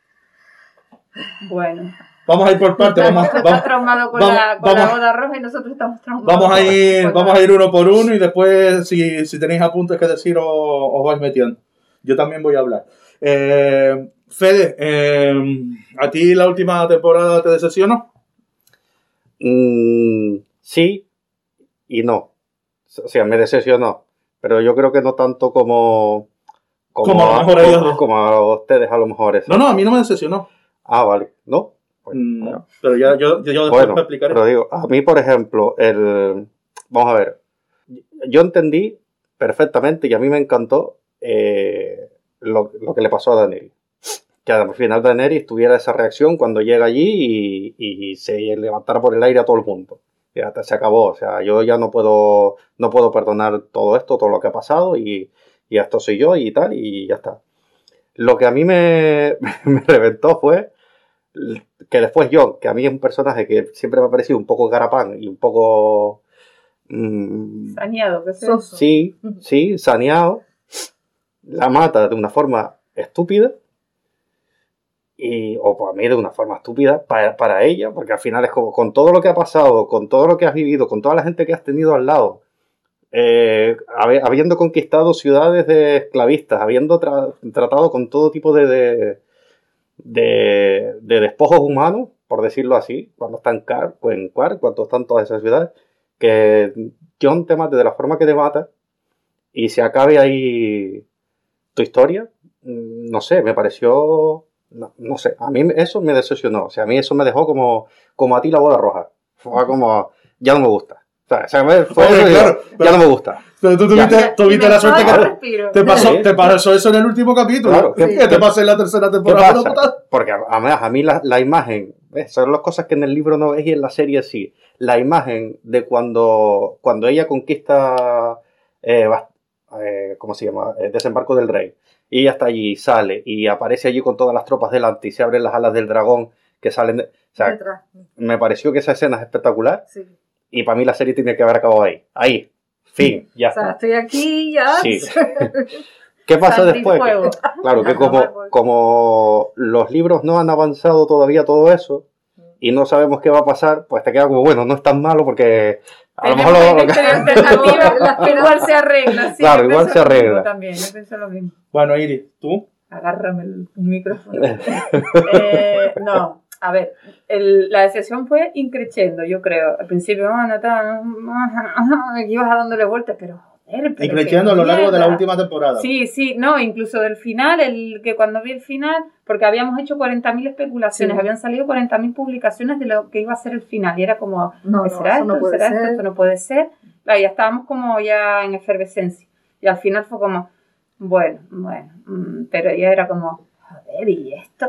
Bueno. Vamos a ir por partes. Estás traumado con la boda roja y nosotros estamos traumados. Vamos a ir uno por uno y después, si tenéis apuntes que decir, os vais metiendo. Yo también voy a hablar. Fede, ¿a ti la última temporada te decepcionó? Sí y no. O sea, me decepcionó. Pero yo creo que no tanto como a lo mejor ellos dos. Como a ustedes a lo mejor. No, a mí no me decepcionó. Ah, vale. ¿No? Pues, no. Pero yo después me explicaré. Pero digo, a mí, por ejemplo, vamos a ver. Yo entendí perfectamente y a mí me encantó lo que le pasó a Daenerys. Que al final Daenerys tuviera esa reacción cuando llega allí y se levantara por el aire a todo el mundo. Ya se acabó. O sea, yo ya no puedo perdonar todo esto, todo lo que ha pasado y esto soy yo y tal y ya está. Lo que a mí me reventó fue que después Jon, que a mí es un personaje que siempre me ha parecido un poco garapán y un poco... saneado, ¿qué es eso? Sí, saneado. La mata de una forma estúpida. O para mí de una forma estúpida para ella, porque al final es como con todo lo que ha pasado, con todo lo que has vivido, con toda la gente que has tenido al lado, habiendo conquistado ciudades de esclavistas, habiendo tratado con todo tipo de despojos humanos, por decirlo así, cuando está en Qarth, cuando están todas esas ciudades, que Jon te mate de la forma que te mata y se acabe ahí tu historia, no sé, me pareció... No sé, a mí eso me decepcionó. O sea, a mí eso me dejó como a ti la boda roja. Fue como, ya no me gusta. O sea, ya no me gusta. Pero tú tuviste la suerte que te pasó eso en el último capítulo. Claro, que te pasa en la tercera temporada. Porque a mí la imagen, son las cosas que en el libro no ves y en la serie sí. La imagen de cuando ella conquista, ¿cómo se llama? Desembarco del Rey. Y ella está allí, sale y aparece allí con todas las tropas delante y se abren las alas del dragón que salen. O sea, me pareció que esa escena es espectacular. Sí. Y para mí la serie tiene que haber acabado ahí. Ahí. Fin. Ya está. Estoy aquí, ya. Sí. ¿Qué pasa después? Claro, que como los libros no han avanzado todavía todo eso y no sabemos qué va a pasar, pues te queda como, bueno, no es tan malo porque... A lo mejor igual se arregla. Sí, claro, igual se arregla. También, yo pienso lo mismo. Bueno, Iris, ¿tú? Agárrame el micrófono. No, a ver, la decepción fue increciendo, yo creo. Al principio, ibas dándole vueltas, pero Y creciendo a lo largo de la última temporada. Sí, no, incluso del final, que cuando vi el final, porque habíamos hecho 40.000 especulaciones, habían salido 40.000 publicaciones de lo que iba a ser el final, y era como, ¿será esto? ¿Será esto? Esto no puede ser. Ya estábamos como ya en efervescencia, y al final fue como, bueno, pero ya era como, joder, ¿y esto?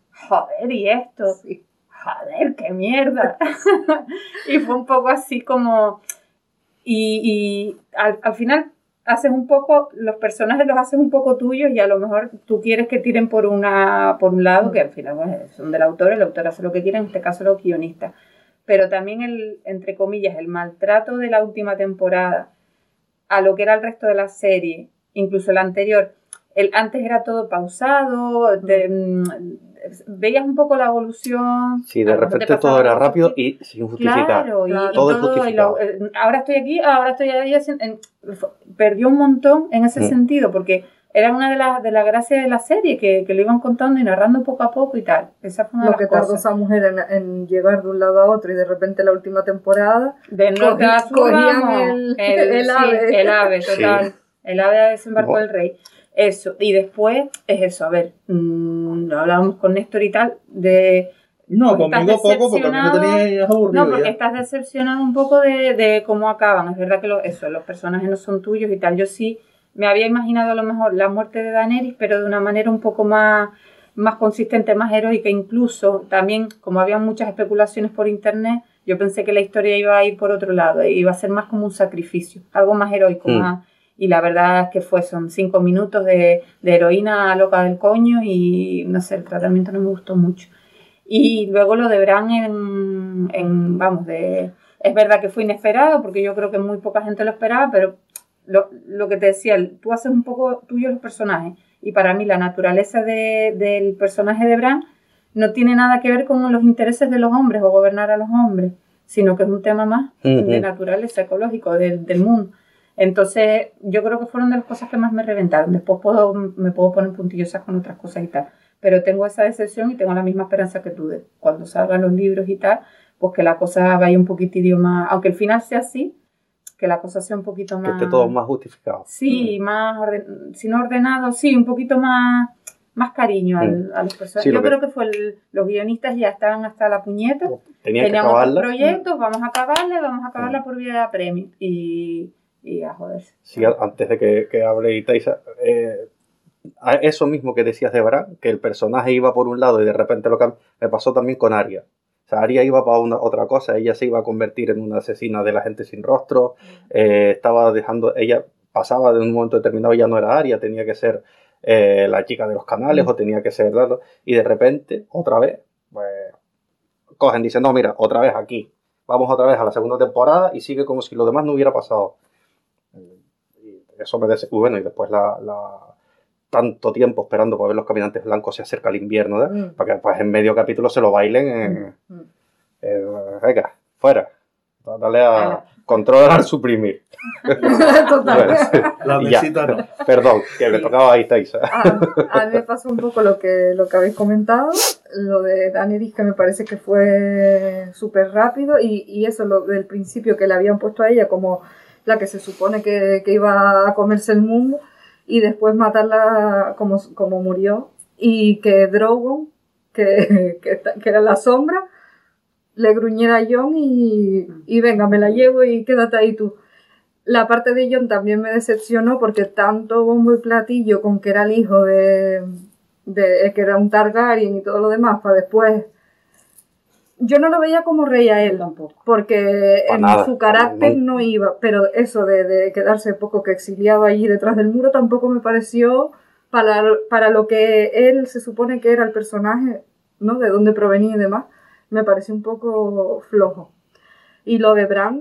Sí. Joder, qué mierda. Y fue un poco así como... Y al final haces un poco, los personajes los haces un poco tuyos y a lo mejor tú quieres que tiren por un lado, que al final son del autor, el autor hace lo que quiere, en este caso los guionistas. Pero también entre comillas, el maltrato de la última temporada a lo que era el resto de la serie, incluso la anterior, antes era todo pausado, veías un poco la evolución. Sí, de repente todo era rápido y sin justificar. Claro, todo injustificado. Ahora estoy aquí, ahora estoy allá. Perdió un montón en ese sentido, porque era una de las gracias de la serie, que lo iban contando y narrando poco a poco y tal. Esa fue una de las cosas. Lo que tardó esa mujer en llegar de un lado a otro, y de repente la última temporada cogían el ave, total. Sí. El ave desembarcó el rey. Eso, y después es eso, a ver, hablábamos con Néstor y tal, No, conmigo poco, porque a mí me tenías aburrido. No, porque estás decepcionado un poco de cómo acaban. Es verdad que los personajes no son tuyos y tal. Yo sí me había imaginado a lo mejor la muerte de Daenerys, pero de una manera un poco más consistente, más heroica. Incluso también, como había muchas especulaciones por internet, yo pensé que la historia iba a ir por otro lado, iba a ser más como un sacrificio, algo más heroico, más... Y la verdad es que son 5 minutos de heroína loca del coño y no sé, el tratamiento no me gustó mucho. Y luego lo de Bran es verdad que fue inesperado porque yo creo que muy poca gente lo esperaba, pero lo que te decía, tú haces un poco tuyo los personajes y para mí la naturaleza del personaje de Bran no tiene nada que ver con los intereses de los hombres o gobernar a los hombres, sino que es un tema más de naturaleza ecológico del mundo. Entonces, yo creo que fueron de las cosas que más me reventaron. Después me puedo poner puntillosas con otras cosas y tal. Pero tengo esa decepción y tengo la misma esperanza que tú de cuando salgan los libros y tal, pues que la cosa vaya un poquitillo más... Aunque el final sea así, que la cosa sea un poquito más... Que esté todo más justificado. Sí, más si no ordenado, sí, un poquito más cariño a los personajes. Sí, yo creo que los guionistas ya estaban hasta la puñeta. Tenían otros proyectos, vamos a acabarla por vía de premio. Y a joderse. Sí, antes de que hable Taisa, eso mismo que decías de Bran, que el personaje iba por un lado y de repente lo cambió, me pasó también con Arya. O sea, Arya iba para otra cosa, ella se iba a convertir en una asesina de la gente sin rostro, ella pasaba de un momento determinado, ya no era Arya, tenía que ser la chica de los canales o tenía que ser, y de repente, otra vez, pues, cogen, dicen, no, mira, otra vez aquí, vamos otra vez a la segunda temporada y sigue como si lo demás no hubiera pasado. Y eso me bueno, y después tanto tiempo esperando para ver los caminantes blancos, se acerca el invierno, para que pues en medio capítulo se lo bailen. Venga, fuera. Dale a controlar, suprimir. Total. La visita no. Perdón, que le tocaba ahí, Taisa. A mí me pasó un poco lo que habéis comentado, lo de Daenerys, que me parece que fue súper rápido, y eso, lo del principio que le habían puesto a ella como la que se supone que iba a comerse el mundo, y después matarla como murió, y que Drogon, que era la sombra, le gruñera a Jon y venga, me la llevo y quédate ahí tú. La parte de Jon también me decepcionó porque tanto bombo y platillo con que era el hijo de que era un Targaryen y todo lo demás, para después... Yo no lo veía como rey a él tampoco, porque su carácter no iba, pero eso de quedarse poco que exiliado allí detrás del muro tampoco me pareció para lo que él se supone que era el personaje, ¿no? De dónde provenía y demás, me pareció un poco flojo. Y lo de Bran,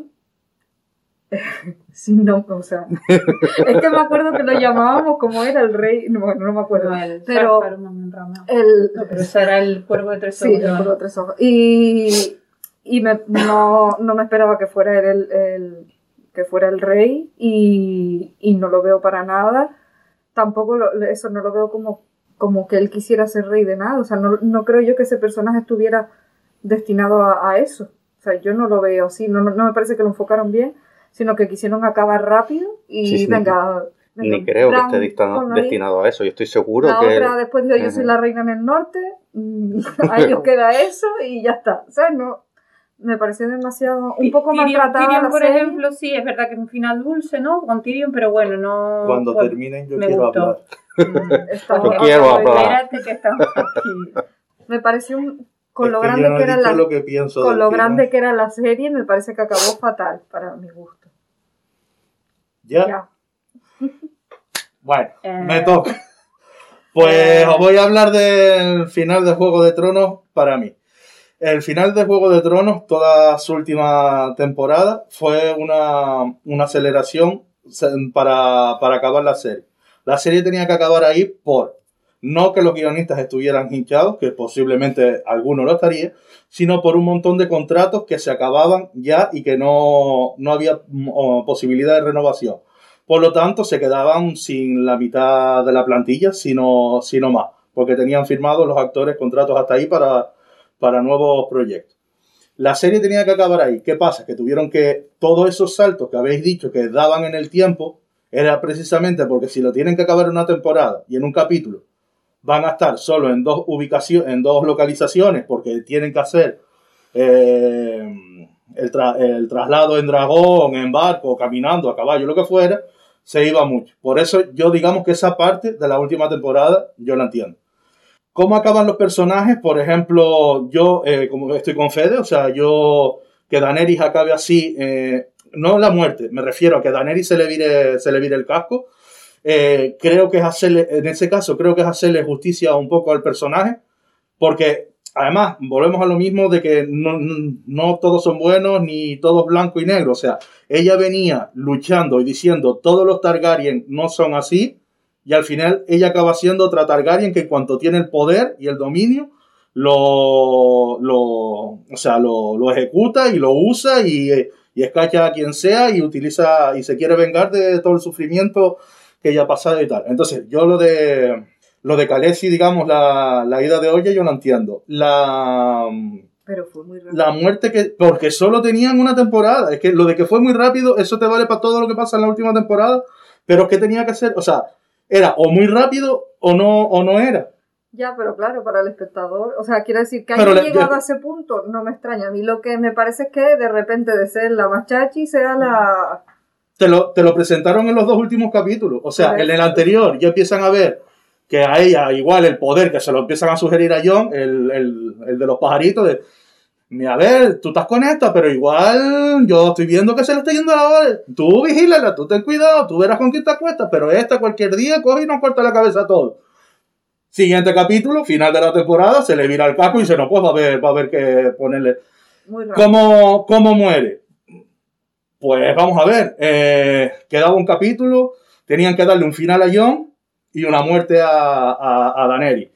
sí, no, o sea, es que me acuerdo que lo llamábamos como era el rey, no me acuerdo, pero eso era el cuervo de 3 ojos. Sí, el cuervo de 3 ojos. Y no me esperaba que fuera el rey y no lo veo para nada. Tampoco eso no lo veo como que él quisiera ser rey de nada. O sea, no creo yo que ese personaje estuviera destinado a eso. O sea, yo no lo veo así. No me parece que lo enfocaron bien. sino que quisieron acabar rápido y Sí. venga, Ni creo que Bran, esté ponlo ahí. destinado a eso. Yo estoy seguro La que... otra después dijo, yo soy la reina en el norte, a ellos queda eso y ya está. ¿Sabes? No, me pareció demasiado, un poco maltratada Tyrion, la por serie. ejemplo, sí, es verdad que es un final dulce, ¿no? Con Tyrion, pero bueno, no... Cuando bueno, terminen yo me quiero gustó. hablar. Estamos Yo quiero hablando de- hablar. Espérate que estamos aquí. Me pareció, con Es lo que grande yo no he que era dicho la... lo que pienso Con del lo final. grande que era la serie, me parece que acabó fatal para mi gusto. ¿Ya? Ya. Bueno, me toca. Pues os voy a hablar del final de Juego de Tronos para mí. El final de Juego de Tronos, toda su última temporada, fue una aceleración para acabar la serie. La serie tenía que acabar ahí no que los guionistas estuvieran hinchados, que posiblemente alguno lo estaría, sino por un montón de contratos que se acababan ya y que no había posibilidad de renovación. Por lo tanto, se quedaban sin la mitad de la plantilla, sino más, porque tenían firmados los actores contratos hasta ahí para nuevos proyectos. La serie tenía que acabar ahí. ¿Qué pasa? Que tuvieron que... Todos esos saltos que habéis dicho que daban en el tiempo, era precisamente porque si lo tienen que acabar en una temporada y en un capítulo, van a estar solo en dos ubicaciones, en dos localizaciones, porque tienen que hacer el traslado en dragón, en barco, caminando, a caballo, lo que fuera, se iba mucho. Por eso yo digamos que esa parte de la última temporada yo la entiendo. ¿Cómo acaban los personajes? Por ejemplo, yo, como estoy con Fede, o sea, yo que Daenerys acabe así, no la muerte, me refiero a que Daenerys se le vire el casco. Creo que es hacerle, en ese caso, creo que es hacerle justicia un poco al personaje, porque además volvemos a lo mismo de que no todos son buenos ni todos blanco y negro. O sea, ella venía luchando y diciendo todos los Targaryen no son así, y al final ella acaba siendo otra Targaryen que en cuanto tiene el poder y el dominio lo ejecuta y lo usa y escacha a quien sea y utiliza y se quiere vengar de todo el sufrimiento que ella ha pasado y tal. Entonces, yo lo de Khaleesi, digamos, la ida de olla, yo no entiendo. Pero fue muy rápido. La muerte porque solo tenían una temporada. Es que lo de que fue muy rápido, eso te vale para todo lo que pasa en la última temporada, pero es que tenía que ser, o sea, era o muy rápido o no era. Ya, pero claro, para el espectador, o sea, quiero decir que haya llegado a ese punto, no me extraña. A mí lo que me parece es que de repente de ser la más chachi sea la... Te lo presentaron en los dos últimos capítulos. O sea, en el anterior ya empiezan a ver que a ella igual el poder que se lo empiezan a sugerir a Jon, el de los pajaritos, de a ver, tú estás con esta, pero igual yo estoy viendo que se le está yendo la hora. Tú vigílala, tú ten cuidado, tú verás con quién te acuestas, pero esta cualquier día coge y nos corta la cabeza a todos. Siguiente capítulo, final de la temporada, se le vira el casco y dice, no, pues va a haber que ponerle... Muy rápido. ¿Cómo muere? Pues vamos a ver, quedaba un capítulo, tenían que darle un final a Jon y una muerte a Daenerys.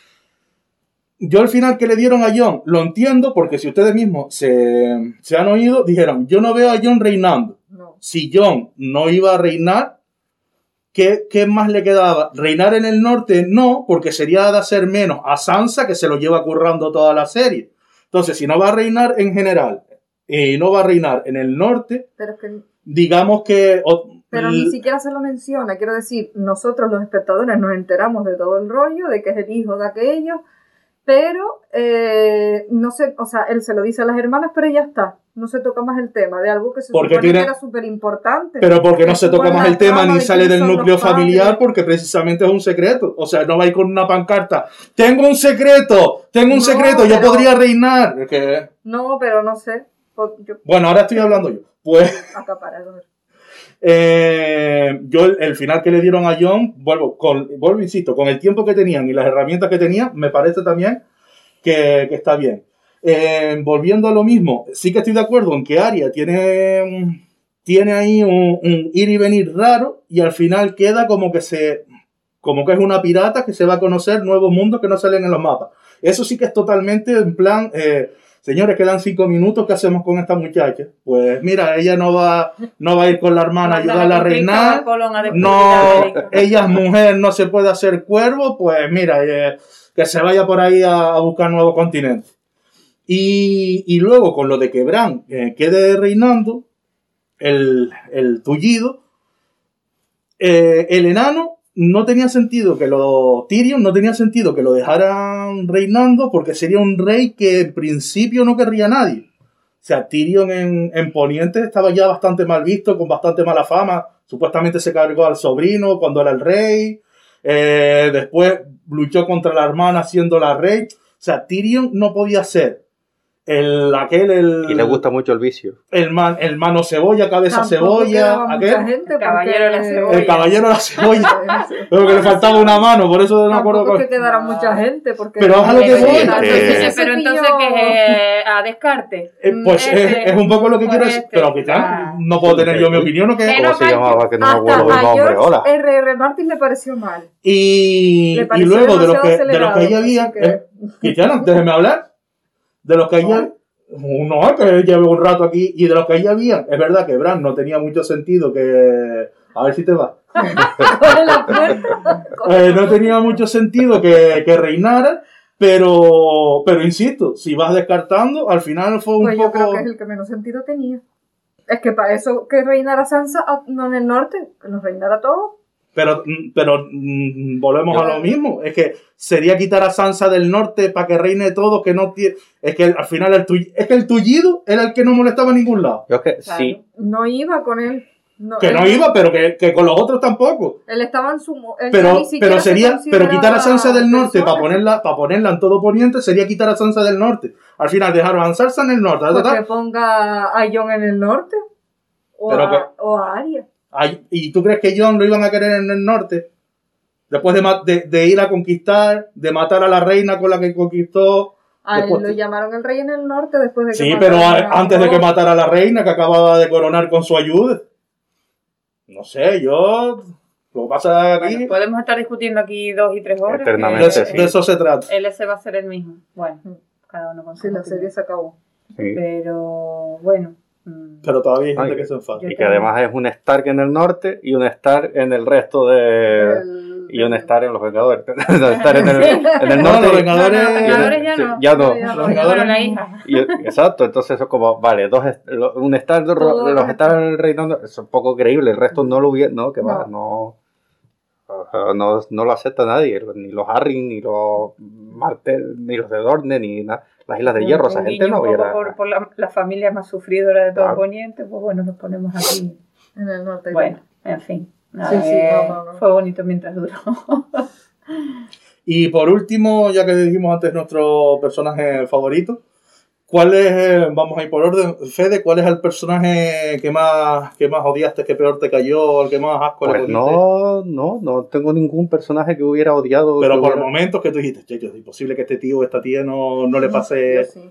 Yo el final que le dieron a Jon lo entiendo porque si ustedes mismos se han oído, dijeron, yo no veo a Jon reinando. No. Si Jon no iba a reinar, ¿qué más le quedaba? Reinar en el norte no, porque sería de hacer menos a Sansa, que se lo lleva currando toda la serie. Entonces, si no va a reinar en general y no va a reinar en el norte, Pero es que... digamos que... Pero ni siquiera se lo menciona, quiero decir, nosotros los espectadores nos enteramos de todo el rollo, de que es el hijo de aquellos, pero no sé, o sea, él se lo dice a las hermanas, pero ya está, no se toca más el tema de algo que se supone que era súper importante. Pero porque no se toca más el tema ni sale del núcleo familiar, porque precisamente es un secreto. O sea, no va a ir con una pancarta, tengo un secreto, yo podría reinar. No, pero no sé. Bueno, ahora estoy hablando yo. Pues... Acaparador. Yo el final que le dieron a Jon, insisto, con el tiempo que tenían y las herramientas que tenían, me parece también que está bien. Volviendo a lo mismo, sí que estoy de acuerdo en que Arya tiene ahí un ir y venir raro y al final queda como que es una pirata que se va a conocer nuevos mundos que no salen en los mapas. Eso sí que es totalmente en plan... señores, quedan 5 minutos, ¿qué hacemos con esta muchacha? Pues mira, ella no va a ir con la hermana a ayudarla a reinar. No, ella es mujer, no se puede hacer cuervo, pues mira, que se vaya por ahí a buscar nuevos continentes. Y luego con lo de que Bran quede reinando, el tullido, el enano no tenía sentido que Tyrion no tenía sentido que lo dejaran reinando porque sería un rey que en principio no querría a nadie. O sea, Tyrion en Poniente estaba ya bastante mal visto, con bastante mala fama. Supuestamente se cargó al sobrino cuando era el rey. Después luchó contra la hermana siendo la rey. O sea, Tyrion no podía ser y le gusta mucho el vicio. El mano cebolla, cabeza cebolla. Caballero de la cebolla. El caballero de la cebolla. Pero que le faltaba una mano, por eso no me acuerdo. Tampoco que quedara mucha gente. Porque pero es a lo que voy. Pero entonces que a descarte. Pues es un poco lo que quiero decir. Pero que ya no puedo tener yo mi opinión. ¿O qué? ¿Cómo se llamaba? Que no me acuerdo el nombre. Hola. R.R. Martin le pareció mal. Y luego de los que ahí había. Cristiano, déjeme hablar. De los que había, no, que llevo un rato aquí, y de los que ahí había, es verdad que Bran no tenía mucho sentido que... A ver si te va. No tenía mucho sentido que reinara, pero insisto, si vas descartando, al final fue un poco... Yo creo que es el que menos sentido tenía. Es que para eso que reinara Sansa, no en el norte, que nos reinara todo. Pero volvemos a lo mismo. Es que sería quitar a Sansa del norte para que reine todo, que no tiene... Es que al final el tullido era el que no molestaba a ningún lado. Yo que claro. Sí. No iba con él. No iba, pero que con los otros tampoco. Él estaba en su... Pero quitar a Sansa del norte para ponerla en todo Poniente sería quitar a Sansa del norte. Al final dejaron a Sansa en el norte. Pues que ponga a Jon en el norte. O a Arya. ¿Y tú crees que Jon lo iban a querer en el norte? Después de ir a conquistar, de matar a la reina con la que conquistó. Lo llamaron el rey en el norte después de que... Sí, pero antes de que matara a la reina que acababa de coronar con su ayuda. No sé, lo que pasa aquí... Bueno, podemos estar discutiendo aquí 2 y 3 horas. Eternamente, de eso se trata. Ese va a ser el mismo. Bueno, cada uno con su la serie se acabó. Sí. Pero bueno... Pero todavía hay gente que se enfada. Y que además es un Stark en el norte y un Stark en el resto de... Y un Stark en los Vengadores. Stark en el norte. Los Vengadores ya no. Los Vengadores la hija. Exacto, entonces eso es como, vale, un Stark, los Stark reinando, es un poco creíble, el resto no lo hubiera, no, que va, no lo acepta nadie, ni los Arryn, ni los Martell, ni los de Dorne, ni nada. Las Islas de Hierro, esa gente no hubiera... Por la familia más sufridora de todo el Poniente, pues bueno, nos ponemos aquí en el norte. Bueno, en fin. No. Fue bonito mientras duró. Y por último, ya que dijimos antes nuestro personaje favorito, ¿cuál es, vamos a ir por orden, Fede, cuál es el personaje que más odiaste, que peor te cayó, el que más asco le cogiste? No tengo ningún personaje que hubiera odiado. Pero por momentos que tú dijiste, che, es imposible que este tío o esta tía no le pase... Sí.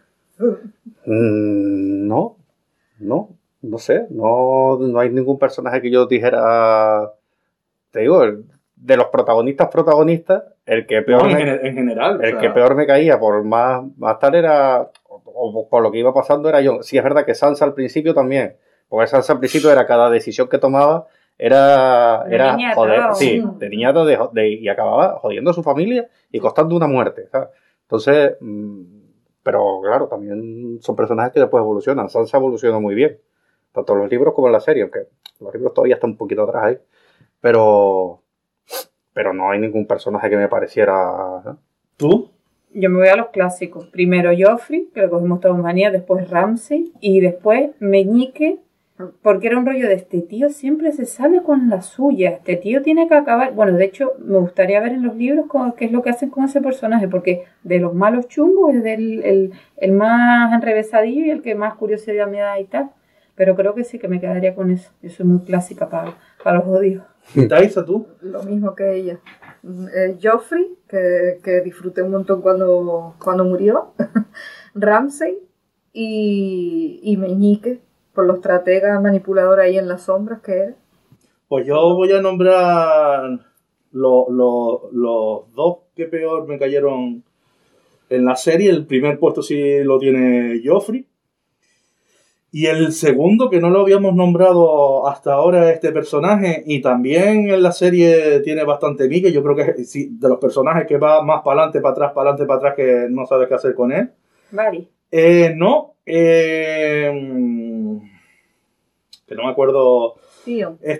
No sé, no hay ningún personaje que yo dijera, te digo, de los protagonistas, el que peor en general, que peor me caía por más tal era, o por lo que iba pasando era Jon. Sí es verdad que Sansa al principio también, porque Sansa al principio era cada decisión que tomaba era niñata, joder, sí, de niñata y acababa jodiendo a su familia y costando una muerte, ¿sabes? Entonces, pero claro, también son personajes que después evolucionan. Sansa evolucionó muy bien, tanto en los libros como en la serie, aunque los libros todavía están un poquito atrás ahí, pero no hay ningún personaje que me pareciera, ¿no? ¿Tú? Yo me voy a los clásicos. Primero Joffrey, que lo cogimos todos manía, después Ramsay y después Meñique, porque era un rollo de este tío siempre se sale con la suya, este tío tiene que acabar. Bueno, de hecho, me gustaría ver en los libros qué es lo que hacen con ese personaje, porque de los malos chungos es el más enrevesadillo y el que más curiosidad me da y tal. Pero creo que sí que me quedaría con eso. Yo soy muy clásica para los odios. ¿Y Taisa, tú? Lo mismo que ella. Joffrey, que disfruté un montón cuando murió. Ramsay y Meñique, por los estrategas manipuladores ahí en las sombras que era. Pues yo voy a nombrar los 2 que peor me cayeron en la serie. El primer puesto sí lo tiene Joffrey. Y el segundo, que no lo habíamos nombrado hasta ahora, este personaje, y también en la serie tiene bastante mique, yo creo que es de los personajes que va más para adelante, para atrás, que no sabes qué hacer con él. Vale. que no me acuerdo. Tío. El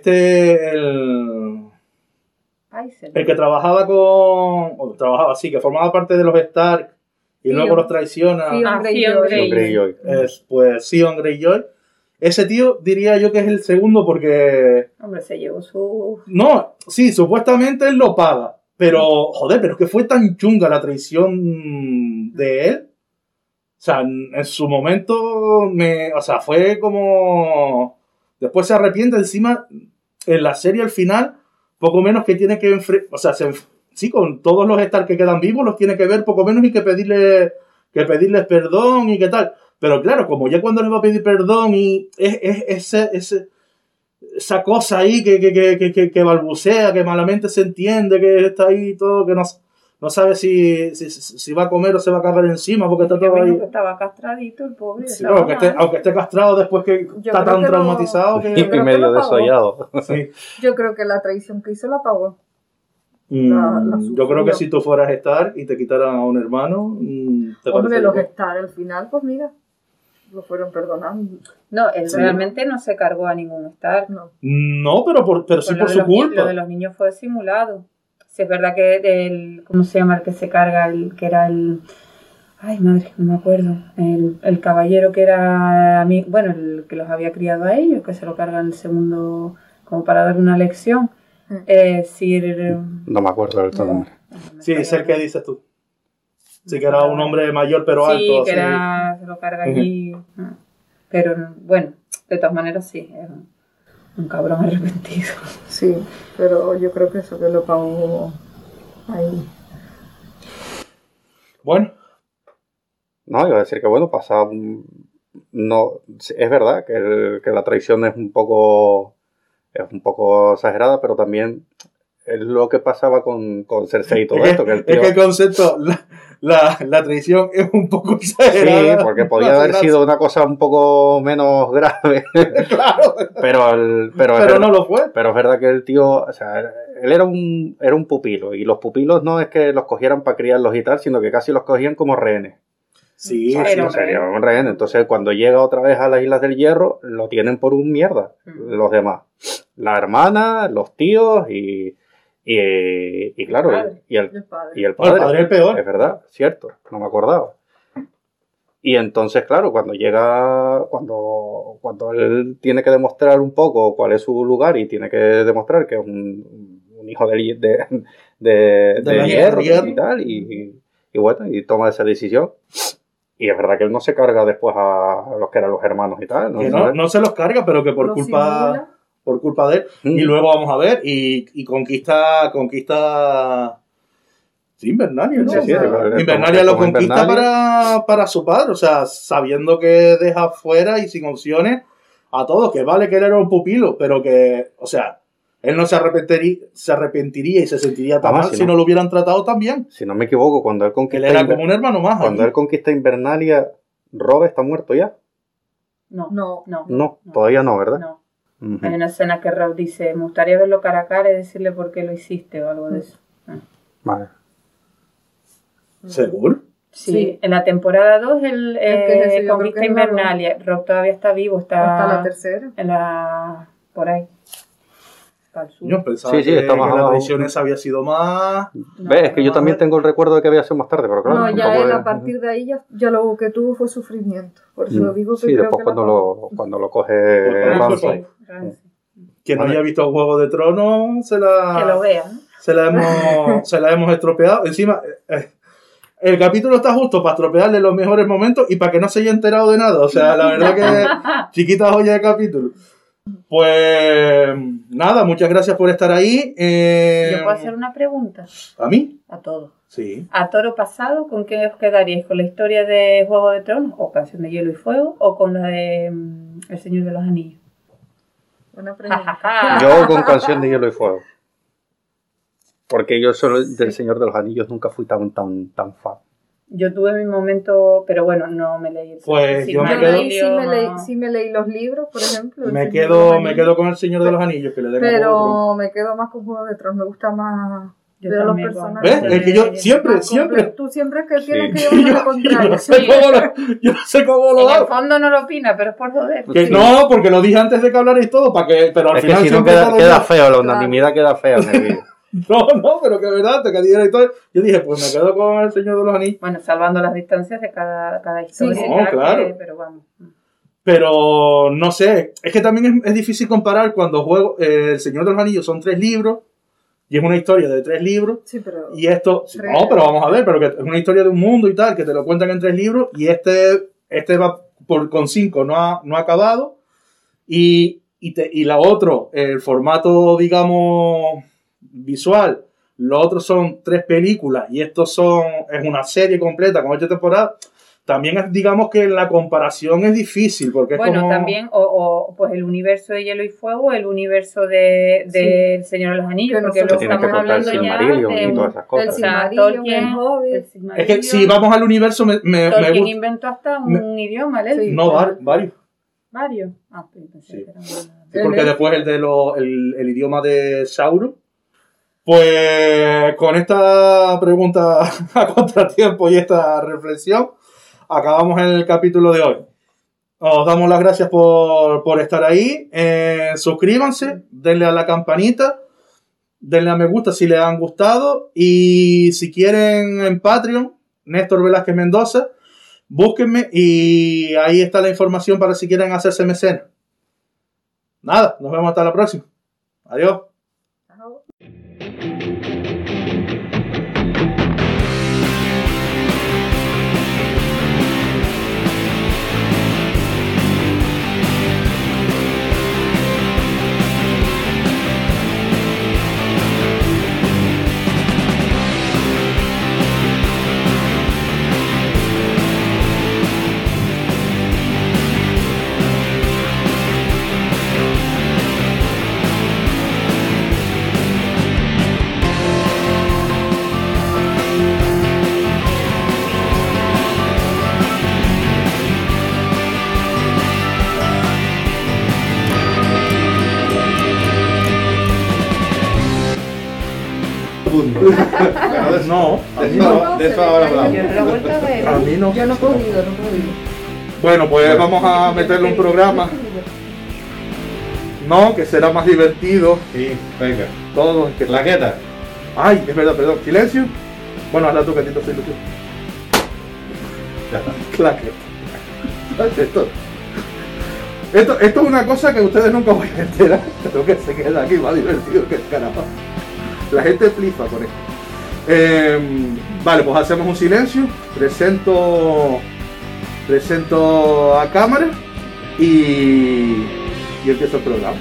Pycelle. que trabajaba que formaba parte de los Stark y Theon. luego los traiciona. Theon Theon Greyjoy. Greyjoy. Pues Theon Greyjoy. Ese tío diría yo que es el segundo porque... Hombre, se llevó su... No, sí, supuestamente él lo paga. Pero, joder, pero es que fue tan chunga la traición de él. O sea, en su momento o sea, fue como... Después se arrepiente encima en la serie al final, poco menos que tiene que o sea, sí, con todos los Stark que quedan vivos los tiene que ver poco menos y que pedirles perdón y qué tal. Pero claro, como ya cuando les va a pedir perdón y esa cosa ahí que balbucea, que malamente se entiende, que está ahí todo, que no sabe si va a comer o se va a cagar encima porque está todo ahí. Que estaba castradito el pobre. Sí, aunque esté castrado después que está tan traumatizado que... Y medio desollado. Sí. Yo creo que la traición que hizo la pagó. Yo creo que si tú fueras Stark y te quitaran a un hermano, te Hombre, los parece Stark al final, pues mira, lo fueron perdonando. No, él realmente no se cargó a ningún Stark. No, pero sí por su culpa. Lo de los niños fue simulado. Sí, es verdad que ¿cómo se llama el que se carga? Que era el... Ay, madre, no me acuerdo. El caballero que era... el que los había criado a ellos, que se lo carga en el segundo... Como para dar una lección. Sir... No me acuerdo del todo nombre. Sí, es el que dices tú. Sí, que era un hombre mayor pero alto. Sí, que se lo carga allí. Pero bueno, de todas maneras sí, es un cabrón arrepentido. Sí, pero yo creo que eso que lo pagó ahí. Bueno. No, iba a decir que bueno, pasaba... No, es verdad que la traición es un poco exagerada, pero también es lo que pasaba con Cersei y todo esto. Que el tío... Es que el concepto, la traición es un poco exagerada. Sí, porque podía haber sido una cosa un poco menos grave. Claro. Pero no lo fue. Pero es verdad que el tío, o sea, él era un pupilo. Y los pupilos no es que los cogieran para criarlos y tal, sino que casi los cogían como rehenes. Sí, sería un rehén. Entonces, cuando llega otra vez a las Islas del Hierro, lo tienen por un mierda, los demás. La hermana, los tíos y claro, y el padre. El padre es el peor. Es verdad, cierto, no me acordaba. Y entonces, claro, cuando él tiene que demostrar un poco cuál es su lugar y tiene que demostrar que es un hijo de hierro y tal, y bueno, y toma esa decisión. Y es verdad que él no se carga después a los que eran los hermanos y tal. Que no se los carga, pero que por culpa de él. Y luego vamos a ver, y conquista sí, Invernalia, ¿no? Sí, Invernalia lo conquista para su padre, o sea, sabiendo que deja fuera y sin opciones a todos, que vale que él era un pupilo, pero que, o sea, él no se arrepentiría y se sentiría tan mal si no lo hubieran tratado tan bien. Si no me equivoco, cuando él conquista... Él era como un hermano más. Cuando él conquista Invernalia, ¿Robb está muerto ya? No, todavía no, ¿verdad? No. Hay una escena que Robb dice, me gustaría verlo cara a cara y decirle por qué lo hiciste o algo de eso. Vale. ¿Seguro? Sí, en la temporada 2 él conquista Invernalia. Robb todavía está vivo, está hasta la tercera. Por ahí. Yo pensaba que la traición esa había sido más... ¿Ves? Es que yo también tengo el recuerdo de que había sido más tarde, pero claro... No, ya él a partir de ahí ya lo que tuvo fue sufrimiento. Por eso lo digo que sí, creo después que cuando lo coge Ramsay. Quien no haya visto Juego de Tronos que lo vea, ¿no? se la hemos estropeado. Encima, el capítulo está justo para estropearle los mejores momentos y para que no se haya enterado de nada. O sea, la verdad que chiquita joya de capítulo. Pues nada, muchas gracias por estar ahí. ¿Yo puedo hacer una pregunta? ¿A mí? A todos. Sí. ¿A toro pasado con qué os quedaríais? ¿Con la historia de Juego de Tronos o Canción de Hielo y Fuego o con la de El Señor de los Anillos? Buena pregunta. Yo con Canción de Hielo y Fuego. Porque yo solo del Señor de los Anillos nunca fui tan fan. Yo tuve mi momento, pero bueno, no me leí el Pues yo me leí los libros, por ejemplo. Me quedo con El Señor de los Anillos, que le den pero me quedo más con Juego de Tronos, me gusta más. Veo los personajes. ¿Ves? Es que yo siempre. Tú siempre es que tienes que llevar la contraria. Yo no sé cómo lo hago. En hago. el fondo no lo opina, pero es por joder. Que no, porque lo dije antes de que hablarais todo, pero al es final que si no queda feo, la unanimidad queda fea en el vídeo. No, pero que verdad, te dijeron y todo. Yo dije, pues me quedo con el Señor de los Anillos. Bueno, salvando las distancias de cada historia. Sí, no, claro. Pero vamos. Pero no sé, es que también es difícil comparar cuando juego El Señor de los Anillos, son 3 libros. Y es una historia de 3 libros. Sí, pero... Y esto... No, pero vamos a ver, pero que es una historia de un mundo y tal, que te lo cuentan en 3 libros. Y este va con 5, no ha acabado. Y la otro, el formato, digamos, visual. Lo otro son 3 películas. Y esto es una serie completa con 8 temporadas. También es, digamos que la comparación es difícil, porque bueno, es como... también, pues el universo de Hielo y Fuego, el universo de El Señor de los Anillos, porque lo estamos hablando ya de y todas esas cosas. Tolkien, es que si vamos al universo, Tolkien inventó hasta un idioma, ¿eh? Sí, no, varios. ¿Varios? Ah, pensé que eran sí, porque después el idioma de Sauron. Pues con esta pregunta a contratiempo y esta reflexión, acabamos el capítulo de hoy. Os damos las gracias por estar ahí. Suscríbanse, denle a la campanita, denle a me gusta si les han gustado. Y si quieren en Patreon, Néstor Velázquez Mendoza, búsquenme y ahí está la información para si quieren hacerse mecenas. Nada, nos vemos hasta la próxima. Adiós. No, de eso ahora hablamos. Yo no lo he vuelto a ver. A mí no. Yo no he podido. Bueno, pues vamos a meterle un programa. No, que será más divertido. Sí, venga. Todo. Que... Claqueta. Ay, es verdad, perdón. Silencio. Bueno, hazla tú, que a ti te hace ilusión. Ya está. Claqueta. Esto es una cosa que ustedes nunca van a enterar, pero que se queda aquí más divertido que el carajo. La gente flipa con esto. Vale, pues hacemos un silencio. Presento a cámara y empiezo el programa.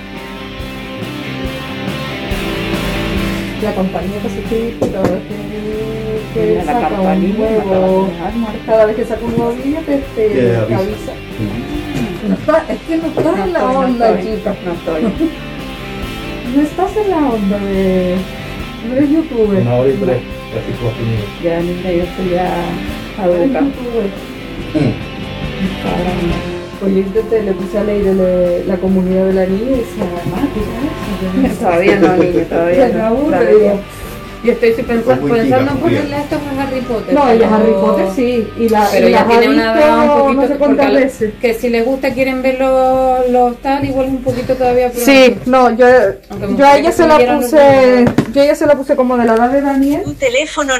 La compañía que se suscribe cada vez que La saca campanilla, un nuevo, cada vez que saca un nuevo vídeo te avisa. Es que no estás en la onda, chica. No estoy. No estás en la onda de... No eres youtuber. 1 hora y 3, casi 4 minutos. Ya, mira, yo estoy ya a Eres boca. youtuber. Pues yo intenté, le puse a leer la comunidad de la niña y decía, mamá, ¿qué es eso? Todavía no, niño, todavía Me no. aburre, digo. Yo estoy pensando muy chica, en muy ponerle esto a Harry Potter. No, ella pero- Harry Potter sí, y Pero y ya las tiene ha una visto edad un poquito no sé cuántas porque veces. que si les gusta quieren ver los tal, igual es un poquito todavía pronto. Sí, no, yo Aunque me a gustaría ella que se la siguieran los puse, yo a ella se la puse como de la edad de Daniel. Un teléfono